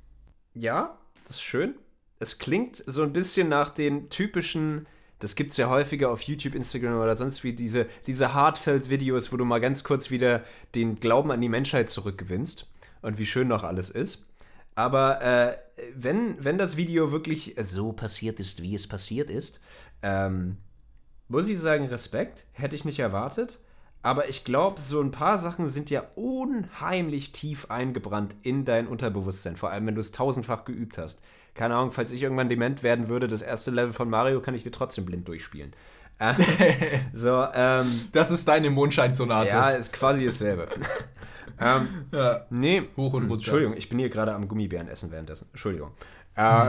Ja, das ist schön. Es klingt so ein bisschen nach den typischen, das gibt es ja häufiger auf YouTube, Instagram oder sonst wie, diese, diese Heartfelt-Videos, wo du mal ganz kurz wieder den Glauben an die Menschheit zurückgewinnst und wie schön noch alles ist. Aber äh, wenn, wenn das Video wirklich so passiert ist, wie es passiert ist, ähm, muss ich sagen, Respekt, hätte ich nicht erwartet. Aber ich glaube, so ein paar Sachen sind ja unheimlich tief eingebrannt in dein Unterbewusstsein. Vor allem, wenn du es tausendfach geübt hast. Keine Ahnung, falls ich irgendwann dement werden würde, das erste Level von Mario kann ich dir trotzdem blind durchspielen. Äh, so, ähm, das ist deine Mondscheinsonate. Ja, ist quasi dasselbe. ähm, ja. Nee, hoch und runter. Entschuldigung, ich bin hier gerade am Gummibären essen währenddessen. Entschuldigung. Äh,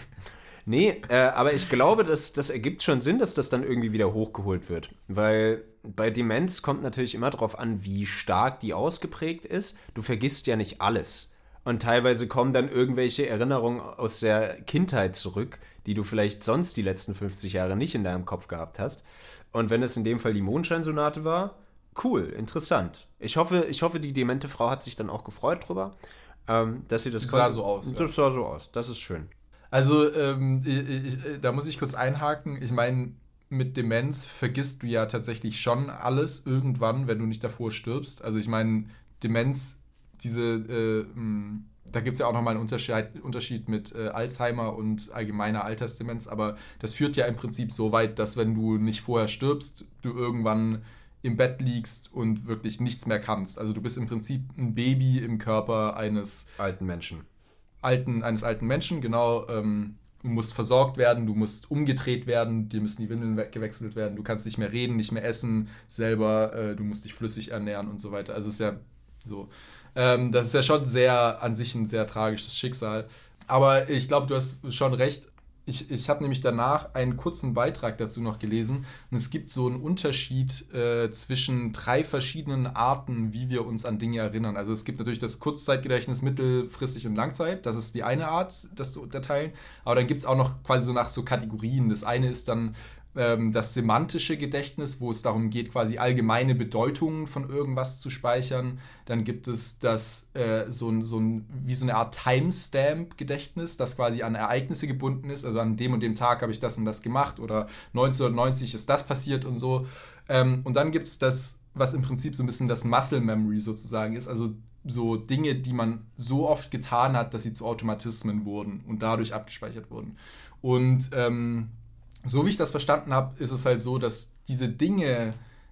nee, äh, aber ich glaube, das, das ergibt schon Sinn, dass das dann irgendwie wieder hochgeholt wird. Weil bei Demenz kommt natürlich immer darauf an, wie stark die ausgeprägt ist. Du vergisst ja nicht alles. Und teilweise kommen dann irgendwelche Erinnerungen aus der Kindheit zurück, die du vielleicht sonst die letzten fünfzig Jahre nicht in deinem Kopf gehabt hast. Und wenn es in dem Fall die Mondscheinsonate war, cool, interessant. Ich hoffe, ich hoffe, die demente Frau hat sich dann auch gefreut drüber, ähm, dass sie das Das sah so aus. Das ja. sah so aus, das ist schön. Also, ähm, ich, ich, da muss ich kurz einhaken. Ich meine, mit Demenz vergisst du ja tatsächlich schon alles irgendwann, wenn du nicht davor stirbst. Also ich meine, Demenz, diese, äh, mh, da gibt es ja auch nochmal einen Unterschied, Unterschied mit äh, Alzheimer und allgemeiner Altersdemenz, aber das führt ja im Prinzip so weit, dass wenn du nicht vorher stirbst, du irgendwann im Bett liegst und wirklich nichts mehr kannst. Also du bist im Prinzip ein Baby im Körper eines alten Menschen. Alten, eines alten Menschen, genau. Ähm, du musst versorgt werden, du musst umgedreht werden, dir müssen die Windeln we- gewechselt werden, du kannst nicht mehr reden, nicht mehr essen selber, äh, du musst dich flüssig ernähren und so weiter. Also es ist ja so. Ähm, das ist ja schon sehr an sich ein sehr tragisches Schicksal. Aber ich glaube, du hast schon recht. Ich, ich habe nämlich danach einen kurzen Beitrag dazu noch gelesen und es gibt so einen Unterschied äh, zwischen drei verschiedenen Arten, wie wir uns an Dinge erinnern. Also es gibt natürlich das Kurzzeitgedächtnis, mittelfristig und Langzeit. Das ist die eine Art, das zu unterteilen. Aber dann gibt es auch noch quasi so nach so Kategorien. Das eine ist dann ähm, das semantische Gedächtnis, wo es darum geht, quasi allgemeine Bedeutungen von irgendwas zu speichern. Dann gibt es das äh, so ein, so ein, wie so eine Art Timestamp-Gedächtnis, das quasi an Ereignisse gebunden ist. Also an dem und dem Tag habe ich das und das gemacht oder neunzehnhundertneunzig ist das passiert und so. Ähm, und dann gibt es das, was im Prinzip so ein bisschen das Muscle Memory sozusagen ist. Also so Dinge, die man so oft getan hat, dass sie zu Automatismen wurden und dadurch abgespeichert wurden. Und ähm, so wie ich das verstanden habe, ist es halt so, dass diese Dinge,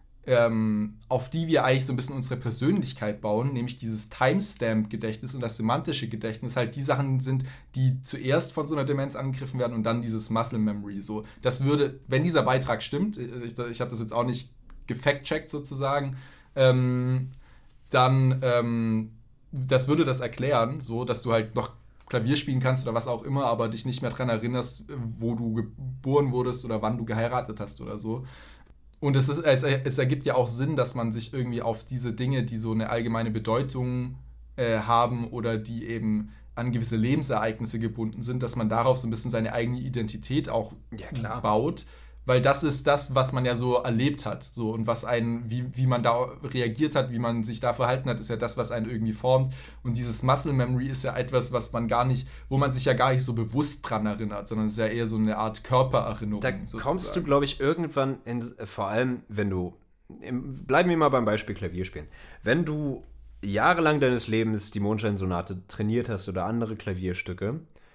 ähm, auf die wir eigentlich so ein bisschen unsere Persönlichkeit bauen, nämlich dieses Timestamp-Gedächtnis und das semantische Gedächtnis, halt die Sachen sind, die zuerst von so einer Demenz angegriffen werden und dann dieses Muscle Memory. So, das würde, wenn dieser Beitrag stimmt, ich, ich habe das jetzt auch nicht gefact-checkt sozusagen, ähm, dann ähm, das würde das erklären, so, dass du halt noch Klavier spielen kannst oder was auch immer, aber dich nicht mehr daran erinnerst, wo du geboren wurdest oder wann du geheiratet hast oder so. Und es, ist, es, es ergibt ja auch Sinn, dass man sich irgendwie auf diese Dinge, die so eine allgemeine Bedeutung äh, haben oder die eben an gewisse Lebensereignisse gebunden sind, dass man darauf so ein bisschen seine eigene Identität auch ja, baut. Weil das ist das, was man ja so erlebt hat. So, und was einen, wie, wie man da reagiert hat, wie man sich da verhalten hat, ist ja das, was einen irgendwie formt. Und dieses Muscle Memory ist ja etwas, was man gar nicht, wo man sich ja gar nicht so bewusst dran erinnert, sondern es ist ja eher so eine Art Körpererinnerung. Da sozusagen. Kommst du, glaube ich, irgendwann, in, vor allem wenn du, bleiben wir mal beim Beispiel Klavierspielen, wenn du jahrelang deines Lebens die Mondscheinsonate trainiert hast oder andere Klavierstücke,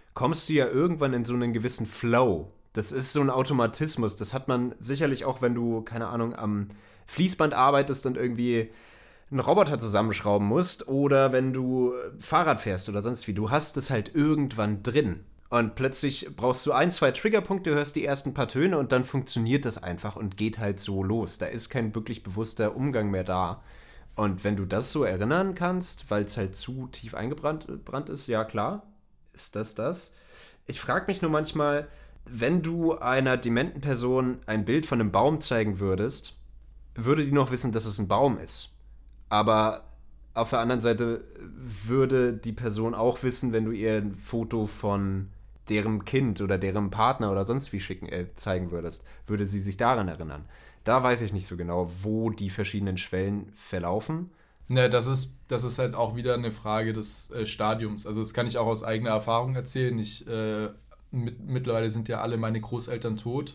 kommst du ja irgendwann in so einen gewissen Flow. Das ist so ein Automatismus. Das hat man sicherlich auch, wenn du, keine Ahnung, am Fließband arbeitest und irgendwie einen Roboter zusammenschrauben musst oder wenn du Fahrrad fährst oder sonst wie. Du hast es halt irgendwann drin. Und plötzlich brauchst du ein, zwei Triggerpunkte, hörst die ersten paar Töne und dann funktioniert das einfach und geht halt so los. Da ist kein wirklich bewusster Umgang mehr da. Und wenn du das so erinnern kannst, weil es halt zu tief eingebrannt Brand ist, ja klar, ist das das. Ich frage mich nur manchmal, wenn du einer dementen Person ein Bild von einem Baum zeigen würdest, würde die noch wissen, dass es ein Baum ist. Aber auf der anderen Seite würde die Person auch wissen, wenn du ihr ein Foto von deren Kind oder deren Partner oder sonst wie schicken, äh, zeigen würdest, würde sie sich daran erinnern. Da weiß ich nicht so genau, wo die verschiedenen Schwellen verlaufen. Ne, das ist, das ist halt auch wieder eine Frage des äh, Stadiums. Also das kann ich auch aus eigener Erfahrung erzählen. Ich, äh, mit, mittlerweile sind ja alle meine Großeltern tot.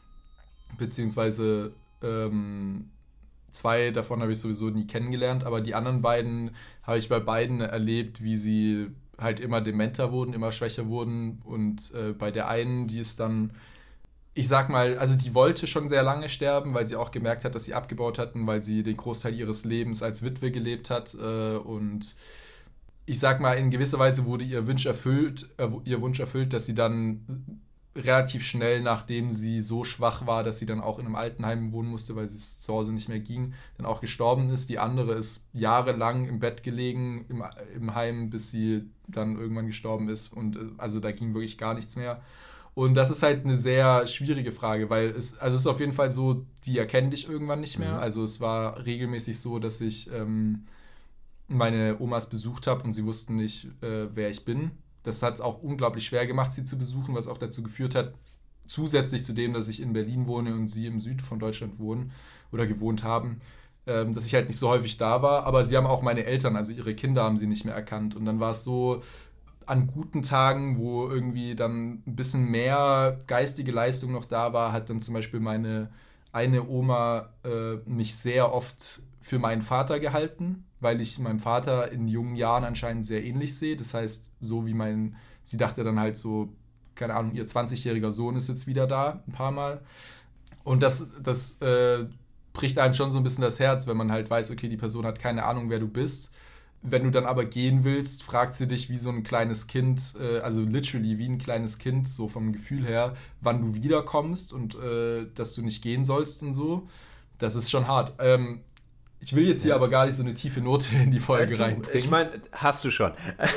Beziehungsweise ähm, zwei davon habe ich sowieso nie kennengelernt. Aber die anderen beiden habe ich bei beiden erlebt, wie sie halt immer dementer wurden, immer schwächer wurden. Und äh, bei der einen, die ist dann... Ich sag mal, also die wollte schon sehr lange sterben, weil sie auch gemerkt hat, dass sie abgebaut hatten, weil sie den Großteil ihres Lebens als Witwe gelebt hat. Äh, und ich sag mal, in gewisser Weise wurde ihr Wunsch erfüllt, äh, ihr Wunsch erfüllt, dass sie dann relativ schnell, nachdem sie so schwach war, dass sie dann auch in einem Altenheim wohnen musste, weil es zu Hause nicht mehr ging, dann auch gestorben ist. Die andere ist jahrelang im Bett gelegen, im, im Heim, bis sie dann irgendwann gestorben ist. Und äh, also da ging wirklich gar nichts mehr. Und das ist halt eine sehr schwierige Frage, weil es, also es ist auf jeden Fall so, die erkennen dich irgendwann nicht mehr. Mhm. Also es war regelmäßig so, dass ich ähm, meine Omas besucht habe und sie wussten nicht, äh, wer ich bin. Das hat es auch unglaublich schwer gemacht, sie zu besuchen, was auch dazu geführt hat, zusätzlich zu dem, dass ich in Berlin wohne und sie im Süden von Deutschland wohnen oder gewohnt haben, ähm, dass ich halt nicht so häufig da war. Aber sie haben auch meine Eltern, also ihre Kinder haben sie nicht mehr erkannt. Und dann war es so... an guten Tagen, wo irgendwie dann ein bisschen mehr geistige Leistung noch da war, hat dann zum Beispiel meine eine Oma äh, mich sehr oft für meinen Vater gehalten, weil ich meinem Vater in jungen Jahren anscheinend sehr ähnlich sehe. Das heißt, so wie mein, sie dachte dann halt so, keine Ahnung, ihr zwanzigjähriger Sohn ist jetzt wieder da, ein paar Mal. Und das, das äh, bricht einem schon so ein bisschen das Herz, wenn man halt weiß, okay, die Person hat keine Ahnung, wer du bist. Wenn du dann aber gehen willst, fragt sie dich wie so ein kleines Kind, äh, also literally wie ein kleines Kind, so vom Gefühl her, wann du wiederkommst und äh, dass du nicht gehen sollst und so. Das ist schon hart. Ähm, ich will jetzt hier ja. aber gar nicht so eine tiefe Note in die Folge äh, reinbringen. Ich meine, hast du schon.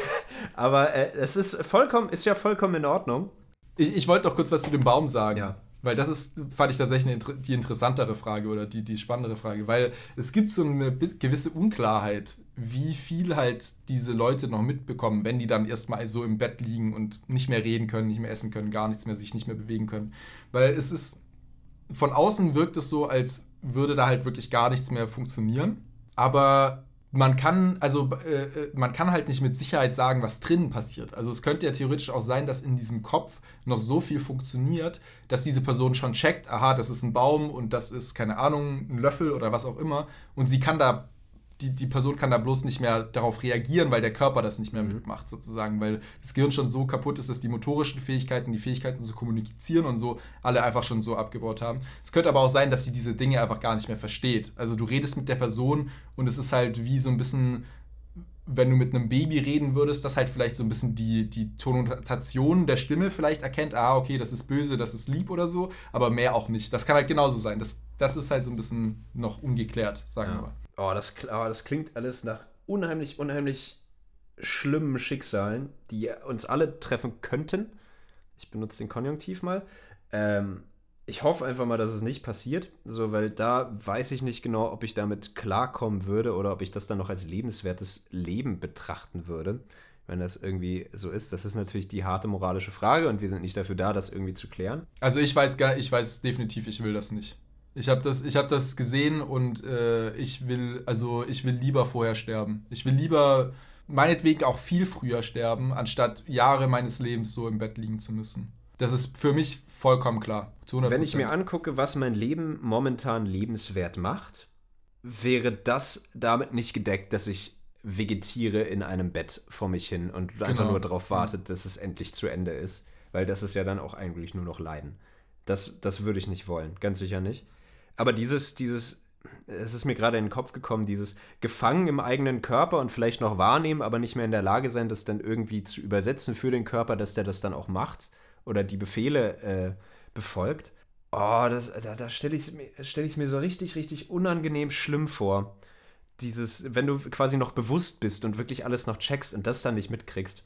aber äh, es ist vollkommen, ist ja vollkommen in Ordnung. Ich, ich wollte noch kurz was zu dem Baum sagen. Ja. Weil das ist, fand ich tatsächlich eine, die interessantere Frage oder die, die spannendere Frage. Weil es gibt so eine gewisse Unklarheit, wie viel halt diese Leute noch mitbekommen, wenn die dann erstmal so im Bett liegen und nicht mehr reden können, nicht mehr essen können, gar nichts mehr, sich nicht mehr bewegen können. Weil es ist, von außen wirkt es so, als würde da halt wirklich gar nichts mehr funktionieren. Aber man kann, also äh, man kann halt nicht mit Sicherheit sagen, was drinnen passiert. Also es könnte ja theoretisch auch sein, dass in diesem Kopf noch so viel funktioniert, dass diese Person schon checkt, aha, das ist ein Baum und das ist, keine Ahnung, ein Löffel oder was auch immer. Und sie kann da, die, die Person kann da bloß nicht mehr darauf reagieren, weil der Körper das nicht mehr mitmacht sozusagen, weil das Gehirn schon so kaputt ist, dass die motorischen Fähigkeiten, die Fähigkeiten zu kommunizieren und so, alle einfach schon so abgebaut haben. Es könnte aber auch sein, dass sie diese Dinge einfach gar nicht mehr versteht. Also du redest mit der Person und es ist halt wie so ein bisschen, wenn du mit einem Baby reden würdest, das halt vielleicht so ein bisschen die, die Tonotation der Stimme vielleicht erkennt, ah, okay, das ist böse, das ist lieb oder so, aber mehr auch nicht. Das kann halt genauso sein. Das, das ist halt so ein bisschen noch ungeklärt, sagen wir ja. mal. Oh, das, oh, das klingt alles nach unheimlich, unheimlich schlimmen Schicksalen, die uns alle treffen könnten. Ich benutze den Konjunktiv mal. Ähm, ich hoffe einfach mal, dass es nicht passiert, so, weil da weiß ich nicht genau, ob ich damit klarkommen würde oder ob ich das dann noch als lebenswertes Leben betrachten würde, wenn das irgendwie so ist. Das ist natürlich die harte moralische Frage und wir sind nicht dafür da, das irgendwie zu klären. Also ich weiß gar, ich weiß definitiv, ich will das nicht. Ich habe das, ich hab das gesehen und äh, ich will, also ich will lieber vorher sterben. Ich will lieber meinetwegen auch viel früher sterben, anstatt Jahre meines Lebens so im Bett liegen zu müssen. Das ist für mich vollkommen klar. Zu hundert Prozent. Wenn ich mir angucke, was mein Leben momentan lebenswert macht, wäre das damit nicht gedeckt, dass ich vegetiere in einem Bett vor mich hin und einfach Genau. nur darauf wartet, dass es endlich zu Ende ist. Weil das ist ja dann auch eigentlich nur noch Leiden. Das, das würde ich nicht wollen, ganz sicher nicht. Aber dieses, dieses, es ist mir gerade in den Kopf gekommen, dieses Gefangen im eigenen Körper und vielleicht noch wahrnehmen, aber nicht mehr in der Lage sein, das dann irgendwie zu übersetzen für den Körper, dass der das dann auch macht oder die Befehle äh, befolgt. Oh, das, da, da stelle ich es mir, stell ich's mir so richtig, richtig unangenehm schlimm vor. Dieses, wenn du quasi noch bewusst bist und wirklich alles noch checkst und das dann nicht mitkriegst.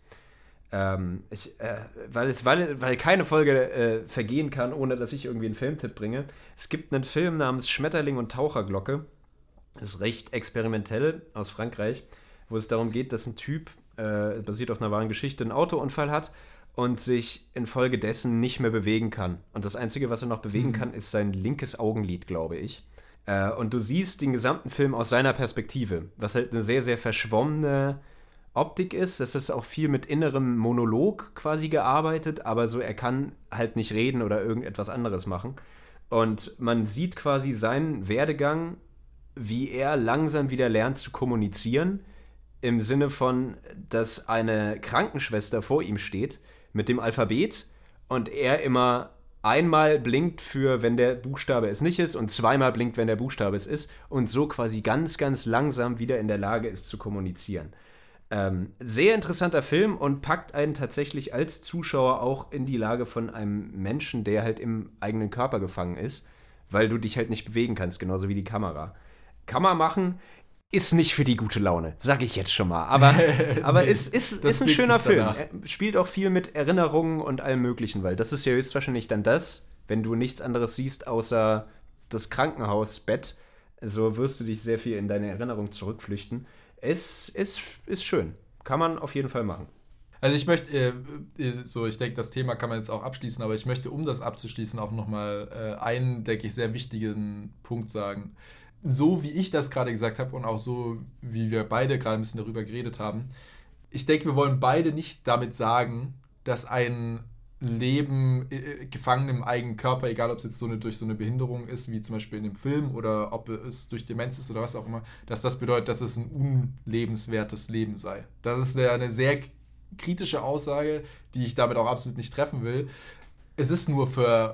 Ähm, ich, äh, weil, es, weil, weil keine Folge äh, vergehen kann, ohne dass ich irgendwie einen Filmtipp bringe. Es gibt einen Film namens Schmetterling und Taucherglocke. Das ist recht experimentell aus Frankreich, wo es darum geht, dass ein Typ, äh, basiert auf einer wahren Geschichte, einen Autounfall hat und sich infolgedessen nicht mehr bewegen kann. Und das Einzige, was er noch bewegen Mhm. kann, ist sein linkes Augenlid, glaube ich. Äh, und du siehst den gesamten Film aus seiner Perspektive, was halt eine sehr, sehr verschwommene Optik ist. Es ist auch viel mit innerem Monolog quasi gearbeitet, aber so, er kann halt nicht reden oder irgendetwas anderes machen. Und man sieht quasi seinen Werdegang, wie er langsam wieder lernt zu kommunizieren, im Sinne von, dass eine Krankenschwester vor ihm steht mit dem Alphabet und er immer einmal blinkt für, wenn der Buchstabe es nicht ist und zweimal blinkt, wenn der Buchstabe es ist und so quasi ganz, ganz langsam wieder in der Lage ist zu kommunizieren. Ähm, sehr interessanter Film und packt einen tatsächlich als Zuschauer auch in die Lage von einem Menschen, der halt im eigenen Körper gefangen ist, weil du dich halt nicht bewegen kannst, genauso wie die Kamera. Kann man machen, ist nicht für die gute Laune, sage ich jetzt schon mal. Aber, aber Nee, ist, ist, das ist ein klingt schöner nicht Film. danach. Er spielt auch viel mit Erinnerungen und allem Möglichen, weil das ist ja höchstwahrscheinlich dann das, wenn du nichts anderes siehst außer das Krankenhausbett, so wirst du dich sehr viel in deine Erinnerung zurückflüchten. Es ist, ist schön. Kann man auf jeden Fall machen. Also ich möchte, äh, äh, so ich denke, das Thema kann man jetzt auch abschließen, aber ich möchte, um das abzuschließen, auch nochmal äh, einen, denke ich, sehr wichtigen Punkt sagen. So wie ich das gerade gesagt habe und auch so wie wir beide gerade ein bisschen darüber geredet haben, ich denke, wir wollen beide nicht damit sagen, dass ein Leben äh, gefangen im eigenen Körper, egal ob es jetzt so eine, durch so eine Behinderung ist, wie zum Beispiel in dem Film, oder ob es durch Demenz ist oder was auch immer, dass das bedeutet, dass es ein unlebenswertes Leben sei. Das ist eine, eine sehr kritische Aussage, die ich damit auch absolut nicht treffen will. Es ist nur für,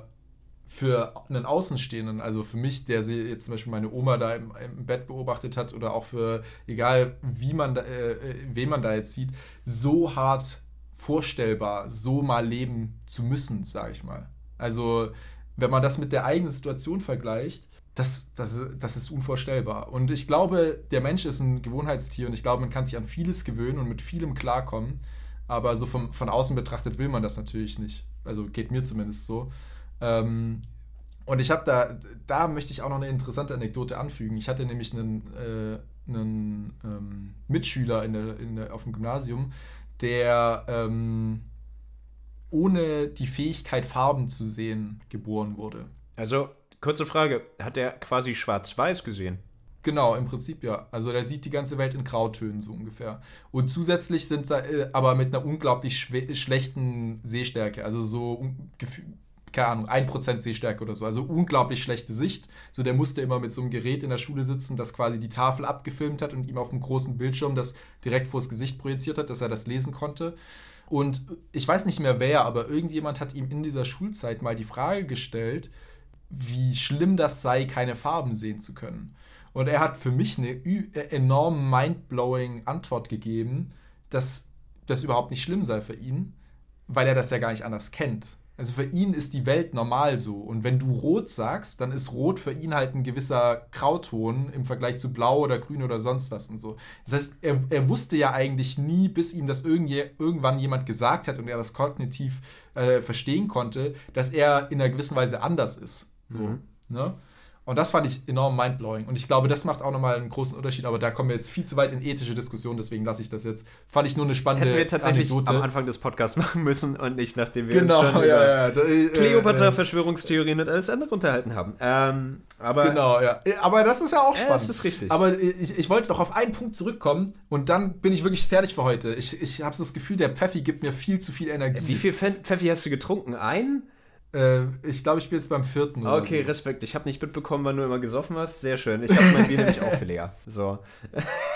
für einen Außenstehenden, also für mich, der sie jetzt zum Beispiel meine Oma da im, im Bett beobachtet hat, oder auch für, egal wie man da, äh, wen man da jetzt sieht, so hart vorstellbar, so mal leben zu müssen, sage ich mal. Also, wenn man das mit der eigenen Situation vergleicht, das, das, das ist unvorstellbar. Und ich glaube, der Mensch ist ein Gewohnheitstier und ich glaube, man kann sich an vieles gewöhnen und mit vielem klarkommen. Aber so vom, von außen betrachtet will man das natürlich nicht. Also geht mir zumindest so. Ähm, und ich habe da, da möchte ich auch noch eine interessante Anekdote anfügen. Ich hatte nämlich einen, äh, einen ähm, Mitschüler in der, in der, auf dem Gymnasium, der ähm, ohne die Fähigkeit, Farben zu sehen, geboren wurde. Also, kurze Frage, hat er quasi schwarz-weiß gesehen? Genau, im Prinzip ja. Also der sieht die ganze Welt in Grautönen so ungefähr. Und zusätzlich sind sie äh, aber mit einer unglaublich schwe- schlechten Sehstärke, also so un- gef- keine Ahnung, ein Prozent Sehstärke oder so, also unglaublich schlechte Sicht. So, der musste immer mit so einem Gerät in der Schule sitzen, das quasi die Tafel abgefilmt hat und ihm auf dem großen Bildschirm das direkt vors Gesicht projiziert hat, dass er das lesen konnte. Und ich weiß nicht mehr wer, aber irgendjemand hat ihm in dieser Schulzeit mal die Frage gestellt, wie schlimm das sei, keine Farben sehen zu können. Und er hat für mich eine ü- enorm mindblowing Antwort gegeben, dass das überhaupt nicht schlimm sei für ihn, weil er das ja gar nicht anders kennt. Also für ihn ist die Welt normal so. Und wenn du rot sagst, dann ist rot für ihn halt ein gewisser Grauton im Vergleich zu blau oder grün oder sonst was und so. Das heißt, er, er wusste ja eigentlich nie, bis ihm das irgendje, irgendwann jemand gesagt hat und er das kognitiv äh, verstehen konnte, dass er in einer gewissen Weise anders ist. So, Mhm. ne? Und das fand ich enorm mindblowing. Und ich glaube, das macht auch nochmal einen großen Unterschied. Aber da kommen wir jetzt viel zu weit in ethische Diskussionen, deswegen lasse ich das jetzt. Fand ich nur eine spannende Hätten wir tatsächlich Anekdote. am Anfang des Podcasts machen müssen und nicht, nachdem wir Genau, uns schon ja, über ja. Da, äh, Kleopatra, äh, Verschwörungstheorien und alles andere unterhalten haben. Ähm, aber Genau, ja. Aber das ist ja auch Ja, spannend. das ist richtig. Aber ich, ich wollte noch auf einen Punkt zurückkommen und dann bin ich wirklich fertig für heute. Ich, ich habe das Gefühl, der Pfeffi gibt mir viel zu viel Energie. wie viel Pfe- Pfeffi hast du getrunken? Ein? Äh, ich glaube, ich bin jetzt beim vierten. oder Okay, so. Respekt. Ich habe nicht mitbekommen, wann du immer gesoffen hast. Sehr schön. Ich habe mein Bier nämlich auch für leer. So.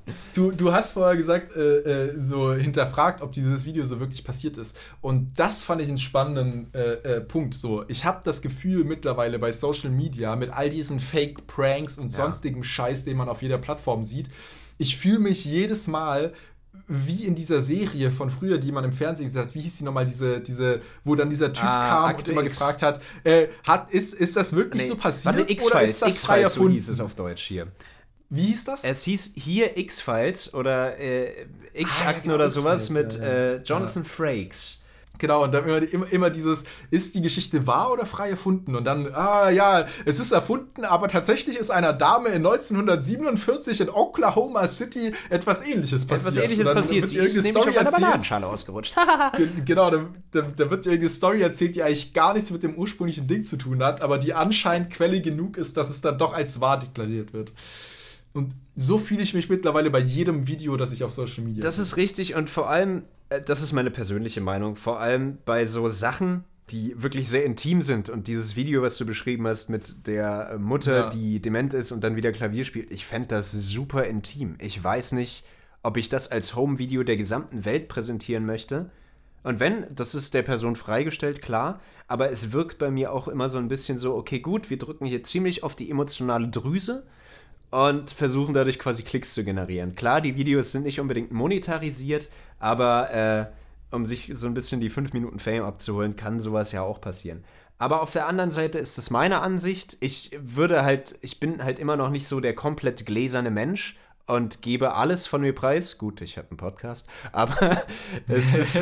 Du, du hast vorher gesagt, äh, äh, so hinterfragt, ob dieses Video so wirklich passiert ist. Und das fand ich einen spannenden äh, äh, Punkt. So, ich habe das Gefühl mittlerweile bei Social Media mit all diesen Fake-Pranks und Ja. sonstigem Scheiß, den man auf jeder Plattform sieht, ich fühle mich jedes Mal wie in dieser Serie von früher, die man im Fernsehen gesehen hat, wie hieß die nochmal, diese, diese, wo dann dieser Typ Ah, kam Akte und immer X. gefragt hat, äh, hat ist, ist das wirklich so passiert Warte, oder X-Files, ist das frei X-Files, so erfunden? hieß es auf Deutsch hier. Wie hieß das? Es hieß hier X-Files oder äh, X-Akten Ah, ja, oder X-Files, sowas mit ja, ja. äh, Jonathan Frakes. Genau, und dann immer, immer, immer dieses, ist die Geschichte wahr oder frei erfunden? Und dann, ah ja, es ist erfunden, aber tatsächlich ist einer Dame in neunzehnhundertsiebenundvierzig in Oklahoma City etwas Ähnliches passiert. Etwas Ähnliches Und dann passiert. wird Sie irgendeine ist nämlich Story auf einer erzählt. Bananenschale ausgerutscht. Ge- Genau, da, da, da wird irgendeine Story erzählt, die eigentlich gar nichts mit dem ursprünglichen Ding zu tun hat, aber die anscheinend Quelle genug ist, dass es dann doch als wahr deklariert wird. Und so fühle ich mich mittlerweile bei jedem Video, das ich auf Social Media Das ist richtig und vor allem, äh, das ist meine persönliche Meinung, vor allem bei so Sachen, die wirklich sehr intim sind und dieses Video, was du beschrieben hast mit der Mutter, Ja. die dement ist und dann wieder Klavier spielt, ich fände das super intim. Ich weiß nicht, ob ich das als Home-Video der gesamten Welt präsentieren möchte. Und wenn, das ist der Person freigestellt, klar, aber es wirkt bei mir auch immer so ein bisschen so, okay, gut, wir drücken hier ziemlich auf die emotionale Drüse und versuchen dadurch quasi Klicks zu generieren. Klar, die Videos sind nicht unbedingt monetarisiert, aber äh, um sich so ein bisschen die fünf Minuten Fame abzuholen, kann sowas ja auch passieren. Aber auf der anderen Seite ist es meine Ansicht, ich würde halt, ich bin halt immer noch nicht so der komplett gläserne Mensch und gebe alles von mir preis. Gut, ich habe einen Podcast, aber es ist...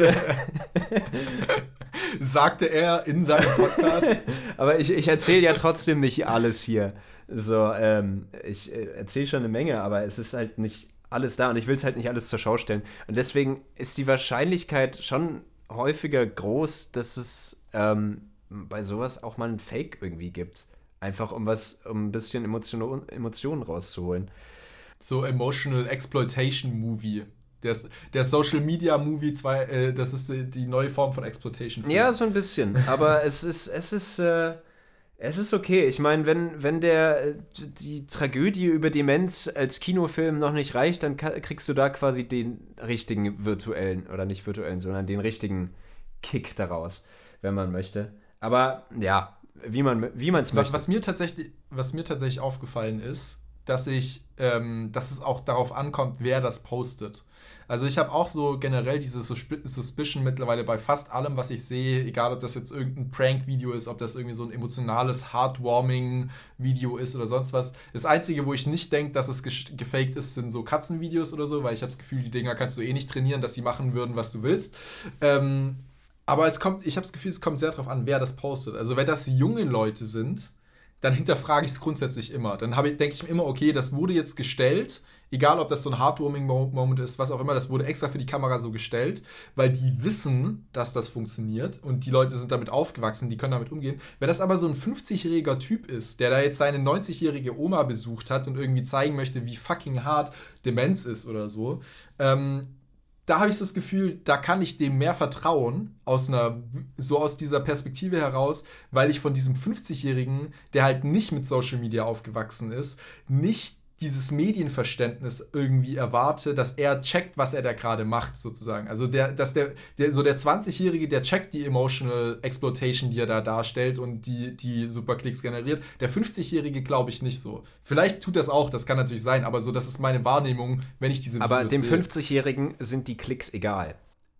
sagte er in seinem Podcast. Aber ich, ich erzähle ja trotzdem nicht alles hier. So, ähm, ich äh, erzähle schon eine Menge, aber es ist halt nicht alles da und ich will es halt nicht alles zur Schau stellen. Und deswegen ist die Wahrscheinlichkeit schon häufiger groß, dass es ähm, bei sowas auch mal ein Fake irgendwie gibt. Einfach um was, um ein bisschen Emotion, Emotionen rauszuholen. So Emotional Exploitation Movie. Der, der Social Media Movie zwei, äh, das ist die, die neue Form von Exploitation. Ja, so ein bisschen. Aber es ist, es ist, äh, es ist okay. Ich meine, wenn, wenn der die Tragödie über Demenz als Kinofilm noch nicht reicht, dann ka- kriegst du da quasi den richtigen virtuellen, oder nicht virtuellen, sondern den richtigen Kick daraus, wenn man möchte. Aber ja, wie man wie man es möchte. Was mir tatsächlich, was mir tatsächlich aufgefallen ist, dass ich, ähm, dass es auch darauf ankommt, wer das postet. Also ich habe auch so generell diese Susp- Suspicion mittlerweile bei fast allem, was ich sehe, egal ob das jetzt irgendein Prank-Video ist, ob das irgendwie so ein emotionales Heartwarming-Video ist oder sonst was. Das Einzige, wo ich nicht denke, dass es ge- gefaked ist, sind so Katzenvideos oder so, weil ich habe das Gefühl, die Dinger kannst du eh nicht trainieren, dass sie machen würden, was du willst. Ähm, aber es kommt, ich habe das Gefühl, es kommt sehr darauf an, wer das postet. Also wenn das junge Leute sind, dann hinterfrage ich es grundsätzlich immer. Dann denke ich mir immer, okay, das wurde jetzt gestellt, egal ob das so ein Heartwarming-Moment ist, was auch immer, das wurde extra für die Kamera so gestellt, weil die wissen, dass das funktioniert und die Leute sind damit aufgewachsen, die können damit umgehen. Wenn das aber so ein fünfzigjähriger Typ ist, der da jetzt seine neunzigjährige Oma besucht hat und irgendwie zeigen möchte, wie fucking hart Demenz ist oder so, ähm, da habe ich das Gefühl, da kann ich dem mehr vertrauen, aus einer, so aus dieser Perspektive heraus, weil ich von diesem fünfzigjährigen, der halt nicht mit Social Media aufgewachsen ist, nicht dieses Medienverständnis irgendwie erwarte, dass er checkt, was er da gerade macht, sozusagen. Also der, dass der, der, so der zwanzigjährige, der checkt die Emotional Exploitation, die er da darstellt und die, die Superklicks generiert. Der fünfzigjährige glaube ich nicht so. Vielleicht tut das auch, das kann natürlich sein, aber so, das ist meine Wahrnehmung, wenn ich diese Aber Videos dem sehe. fünfzigjährigen sind die Klicks egal.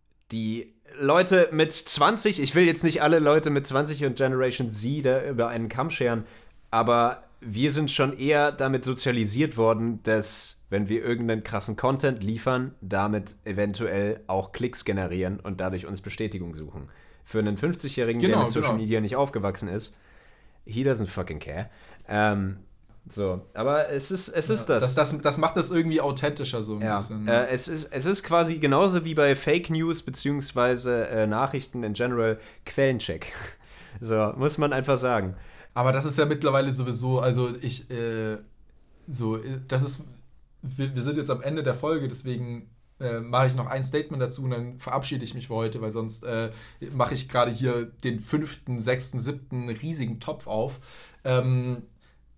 Die Leute mit zwanzig, ich will jetzt nicht alle Leute mit zwanzig und Generation Z da über einen Kamm scheren, aber wir sind schon eher damit sozialisiert worden, dass, wenn wir irgendeinen krassen Content liefern, damit eventuell auch Klicks generieren und dadurch uns Bestätigung suchen. Für einen fünfzigjährigen, Genau, der mit Social genau. Media nicht aufgewachsen ist, he doesn't fucking care. Ähm, so, aber es ist, es ist Ja, das. das, das. Das macht das irgendwie authentischer so ein Ja, bisschen. Ne? äh, es, ist, es ist quasi genauso wie bei Fake News beziehungsweise äh, Nachrichten in general Quellencheck. So, muss man einfach sagen. Aber das ist ja mittlerweile sowieso, also ich, äh, so, das ist, wir, wir sind jetzt am Ende der Folge, deswegen äh, mache ich noch ein Statement dazu und dann verabschiede ich mich für heute, weil sonst äh, mache ich gerade hier den fünften, sechsten, siebten riesigen Topf auf. Ähm,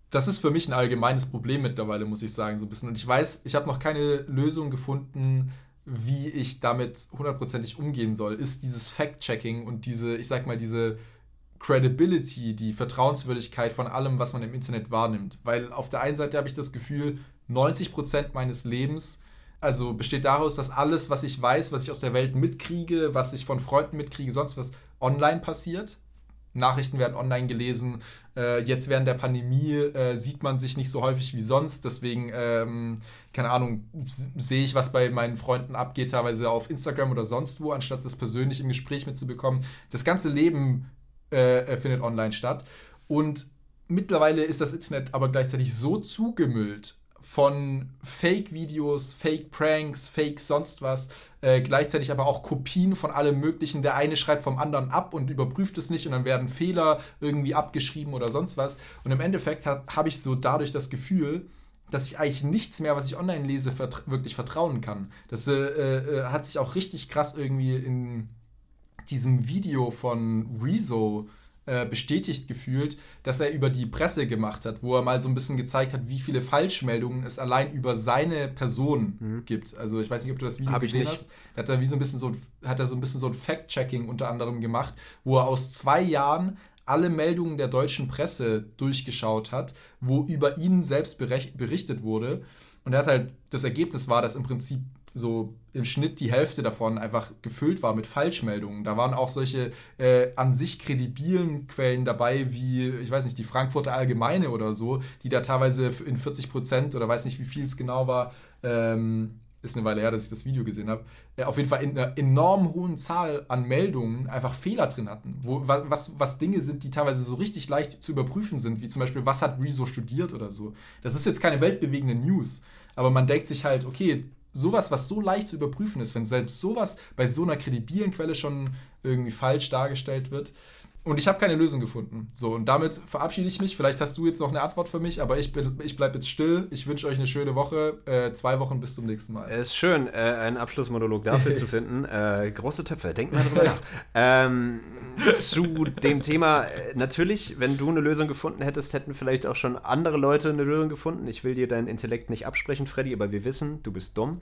das ist für mich ein allgemeines Problem mittlerweile, muss ich sagen, so ein bisschen. Und ich weiß, ich habe noch keine Lösung gefunden, wie ich damit hundertprozentig umgehen soll. Ist dieses Fact-Checking und diese, ich sag mal, diese Credibility, die Vertrauenswürdigkeit von allem, was man im Internet wahrnimmt. Weil auf der einen Seite habe ich das Gefühl, neunzig Prozent meines Lebens also besteht daraus, dass alles, was ich weiß, was ich aus der Welt mitkriege, was ich von Freunden mitkriege, sonst was, online passiert. Nachrichten werden online gelesen. Äh, jetzt während der Pandemie äh, sieht man sich nicht so häufig wie sonst. Deswegen, ähm, keine Ahnung, s- sehe ich, was bei meinen Freunden abgeht, teilweise auf Instagram oder sonst wo, anstatt das persönlich im Gespräch mitzubekommen. Das ganze Leben äh, findet online statt. Und mittlerweile ist das Internet aber gleichzeitig so zugemüllt von Fake-Videos, Fake-Pranks, Fake sonst was, äh, gleichzeitig aber auch Kopien von allem Möglichen. Der eine schreibt vom anderen ab und überprüft es nicht und dann werden Fehler irgendwie abgeschrieben oder sonst was. Und im Endeffekt ha- habe ich so dadurch das Gefühl, dass ich eigentlich nichts mehr, was ich online lese, vertra- wirklich vertrauen kann. Das äh, äh, hat sich auch richtig krass irgendwie in diesem Video von Rezo äh, bestätigt gefühlt, dass er über die Presse gemacht hat, wo er mal so ein bisschen gezeigt hat, wie viele Falschmeldungen es allein über seine Person Mhm. gibt. Also ich weiß nicht, ob du das Video Hab ich gesehen nicht. hast. Da hat er wie so ein bisschen so, hat er so ein bisschen so ein Fact-Checking unter anderem gemacht, wo er aus zwei Jahren alle Meldungen der deutschen Presse durchgeschaut hat, wo über ihn selbst berech- berichtet wurde. Und er hat halt, das Ergebnis war, dass im Prinzip so im Schnitt die Hälfte davon einfach gefüllt war mit Falschmeldungen. Da waren auch solche äh, an sich kredibilen Quellen dabei, wie, ich weiß nicht, die Frankfurter Allgemeine oder so, die da teilweise in vierzig Prozent oder weiß nicht, wie viel es genau war, ähm, ist eine Weile her, dass ich das Video gesehen habe, äh, auf jeden Fall in einer enorm hohen Zahl an Meldungen einfach Fehler drin hatten. Wo, wa- was, was Dinge sind, die teilweise so richtig leicht zu überprüfen sind, wie zum Beispiel, was hat Rezo studiert oder so. Das ist jetzt keine weltbewegende News, aber man denkt sich halt, okay, sowas, was so leicht zu überprüfen ist, wenn selbst sowas bei so einer kredibilen Quelle schon irgendwie falsch dargestellt wird. Und ich habe keine Lösung gefunden. So, und damit verabschiede ich mich. Vielleicht hast du jetzt noch eine Antwort für mich, aber ich, bin, ich bleibe jetzt still. Ich wünsche euch eine schöne Woche. Äh, zwei Wochen bis zum nächsten Mal. Es ist schön, äh, einen Abschlussmonolog dafür zu finden. Äh, große Töpfe, denk mal drüber nach. Ähm, zu dem Thema, äh, natürlich, wenn du eine Lösung gefunden hättest, hätten vielleicht auch schon andere Leute eine Lösung gefunden. Ich will dir deinen Intellekt nicht absprechen, Freddy, aber wir wissen, du bist dumm.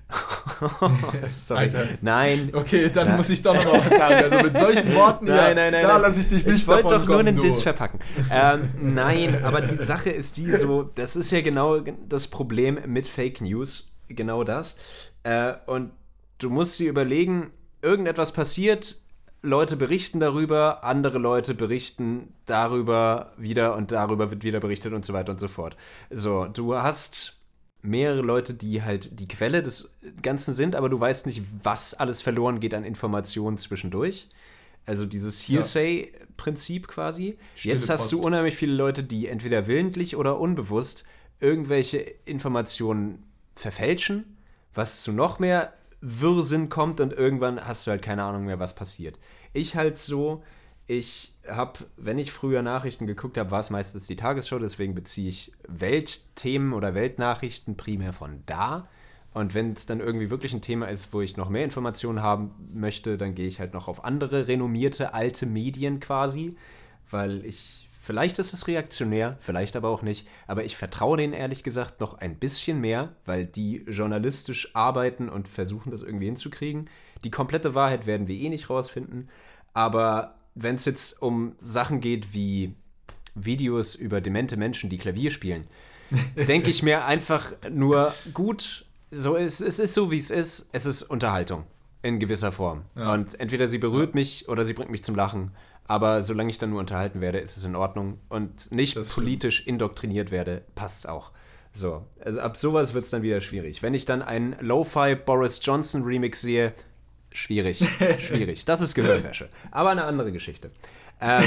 Sorry. Alter. Nein. Okay, dann Na. muss ich doch noch mal was sagen. Also mit solchen Worten hier, Nein, nein, nein, da nein. lasse ich dich nicht Ich wollte davon doch nur kommen, einen du. Diss verpacken. Ähm, nein, aber die Sache ist die so, das ist ja genau das Problem mit Fake News, genau das. Äh, und du musst dir überlegen, irgendetwas passiert, Leute berichten darüber, andere Leute berichten darüber wieder und darüber wird wieder berichtet und so weiter und so fort. So, du hast mehrere Leute, die halt die Quelle des Ganzen sind, aber du weißt nicht, was alles verloren geht an Informationen zwischendurch. Also dieses Hearsay-Prinzip quasi. Stille Jetzt hast du Post. unheimlich viele Leute, die entweder willentlich oder unbewusst irgendwelche Informationen verfälschen, was zu noch mehr Wirrsinn kommt und irgendwann hast du halt keine Ahnung mehr, was passiert. Ich halt so, ich habe, wenn ich früher Nachrichten geguckt habe, war es meistens die Tagesschau, deswegen beziehe ich Weltthemen oder Weltnachrichten primär von da. Und wenn es dann irgendwie wirklich ein Thema ist, wo ich noch mehr Informationen haben möchte, dann gehe ich halt noch auf andere renommierte alte Medien quasi, weil ich, vielleicht ist es reaktionär, vielleicht aber auch nicht, aber ich vertraue denen ehrlich gesagt noch ein bisschen mehr, weil die journalistisch arbeiten und versuchen, das irgendwie hinzukriegen. Die komplette Wahrheit werden wir eh nicht rausfinden, aber wenn es jetzt um Sachen geht wie Videos über demente Menschen, die Klavier spielen, denke ich mir einfach nur, gut, so es, es ist so, wie es ist. Es ist Unterhaltung in gewisser Form. Ja. Und entweder sie berührt mich oder sie bringt mich zum Lachen. Aber solange ich dann nur unterhalten werde, ist es in Ordnung. Und nicht Das politisch indoktriniert werde, passt es auch. So, also ab sowas wird es dann wieder schwierig. Wenn ich dann einen Lo-Fi Boris Johnson Remix sehe, schwierig, schwierig. Das ist Gehirnwäsche. Aber eine andere Geschichte. Ähm,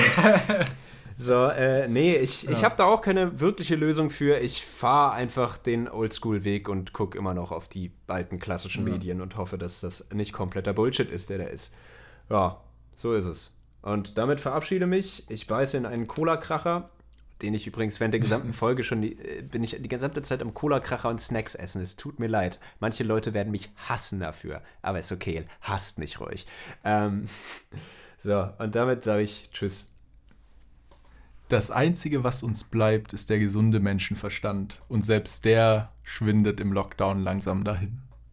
So, äh, nee, ich, Ja. ich habe da auch keine wirkliche Lösung für. Ich fahre einfach den Oldschool-Weg und gucke immer noch auf die alten klassischen Ja. Medien und hoffe, dass das nicht kompletter Bullshit ist, der da ist. Ja, so ist es. Und damit verabschiede mich. Ich beiße in einen Cola-Kracher, den ich übrigens während der gesamten Folge schon, die, äh, bin ich die gesamte Zeit am Cola-Kracher und Snacks essen. Es tut mir leid. Manche Leute werden mich hassen dafür. Aber ist okay, hasst mich ruhig. Ähm, so, und damit sage ich Tschüss. Das Einzige, was uns bleibt, ist der gesunde Menschenverstand. Und selbst der schwindet im Lockdown langsam dahin.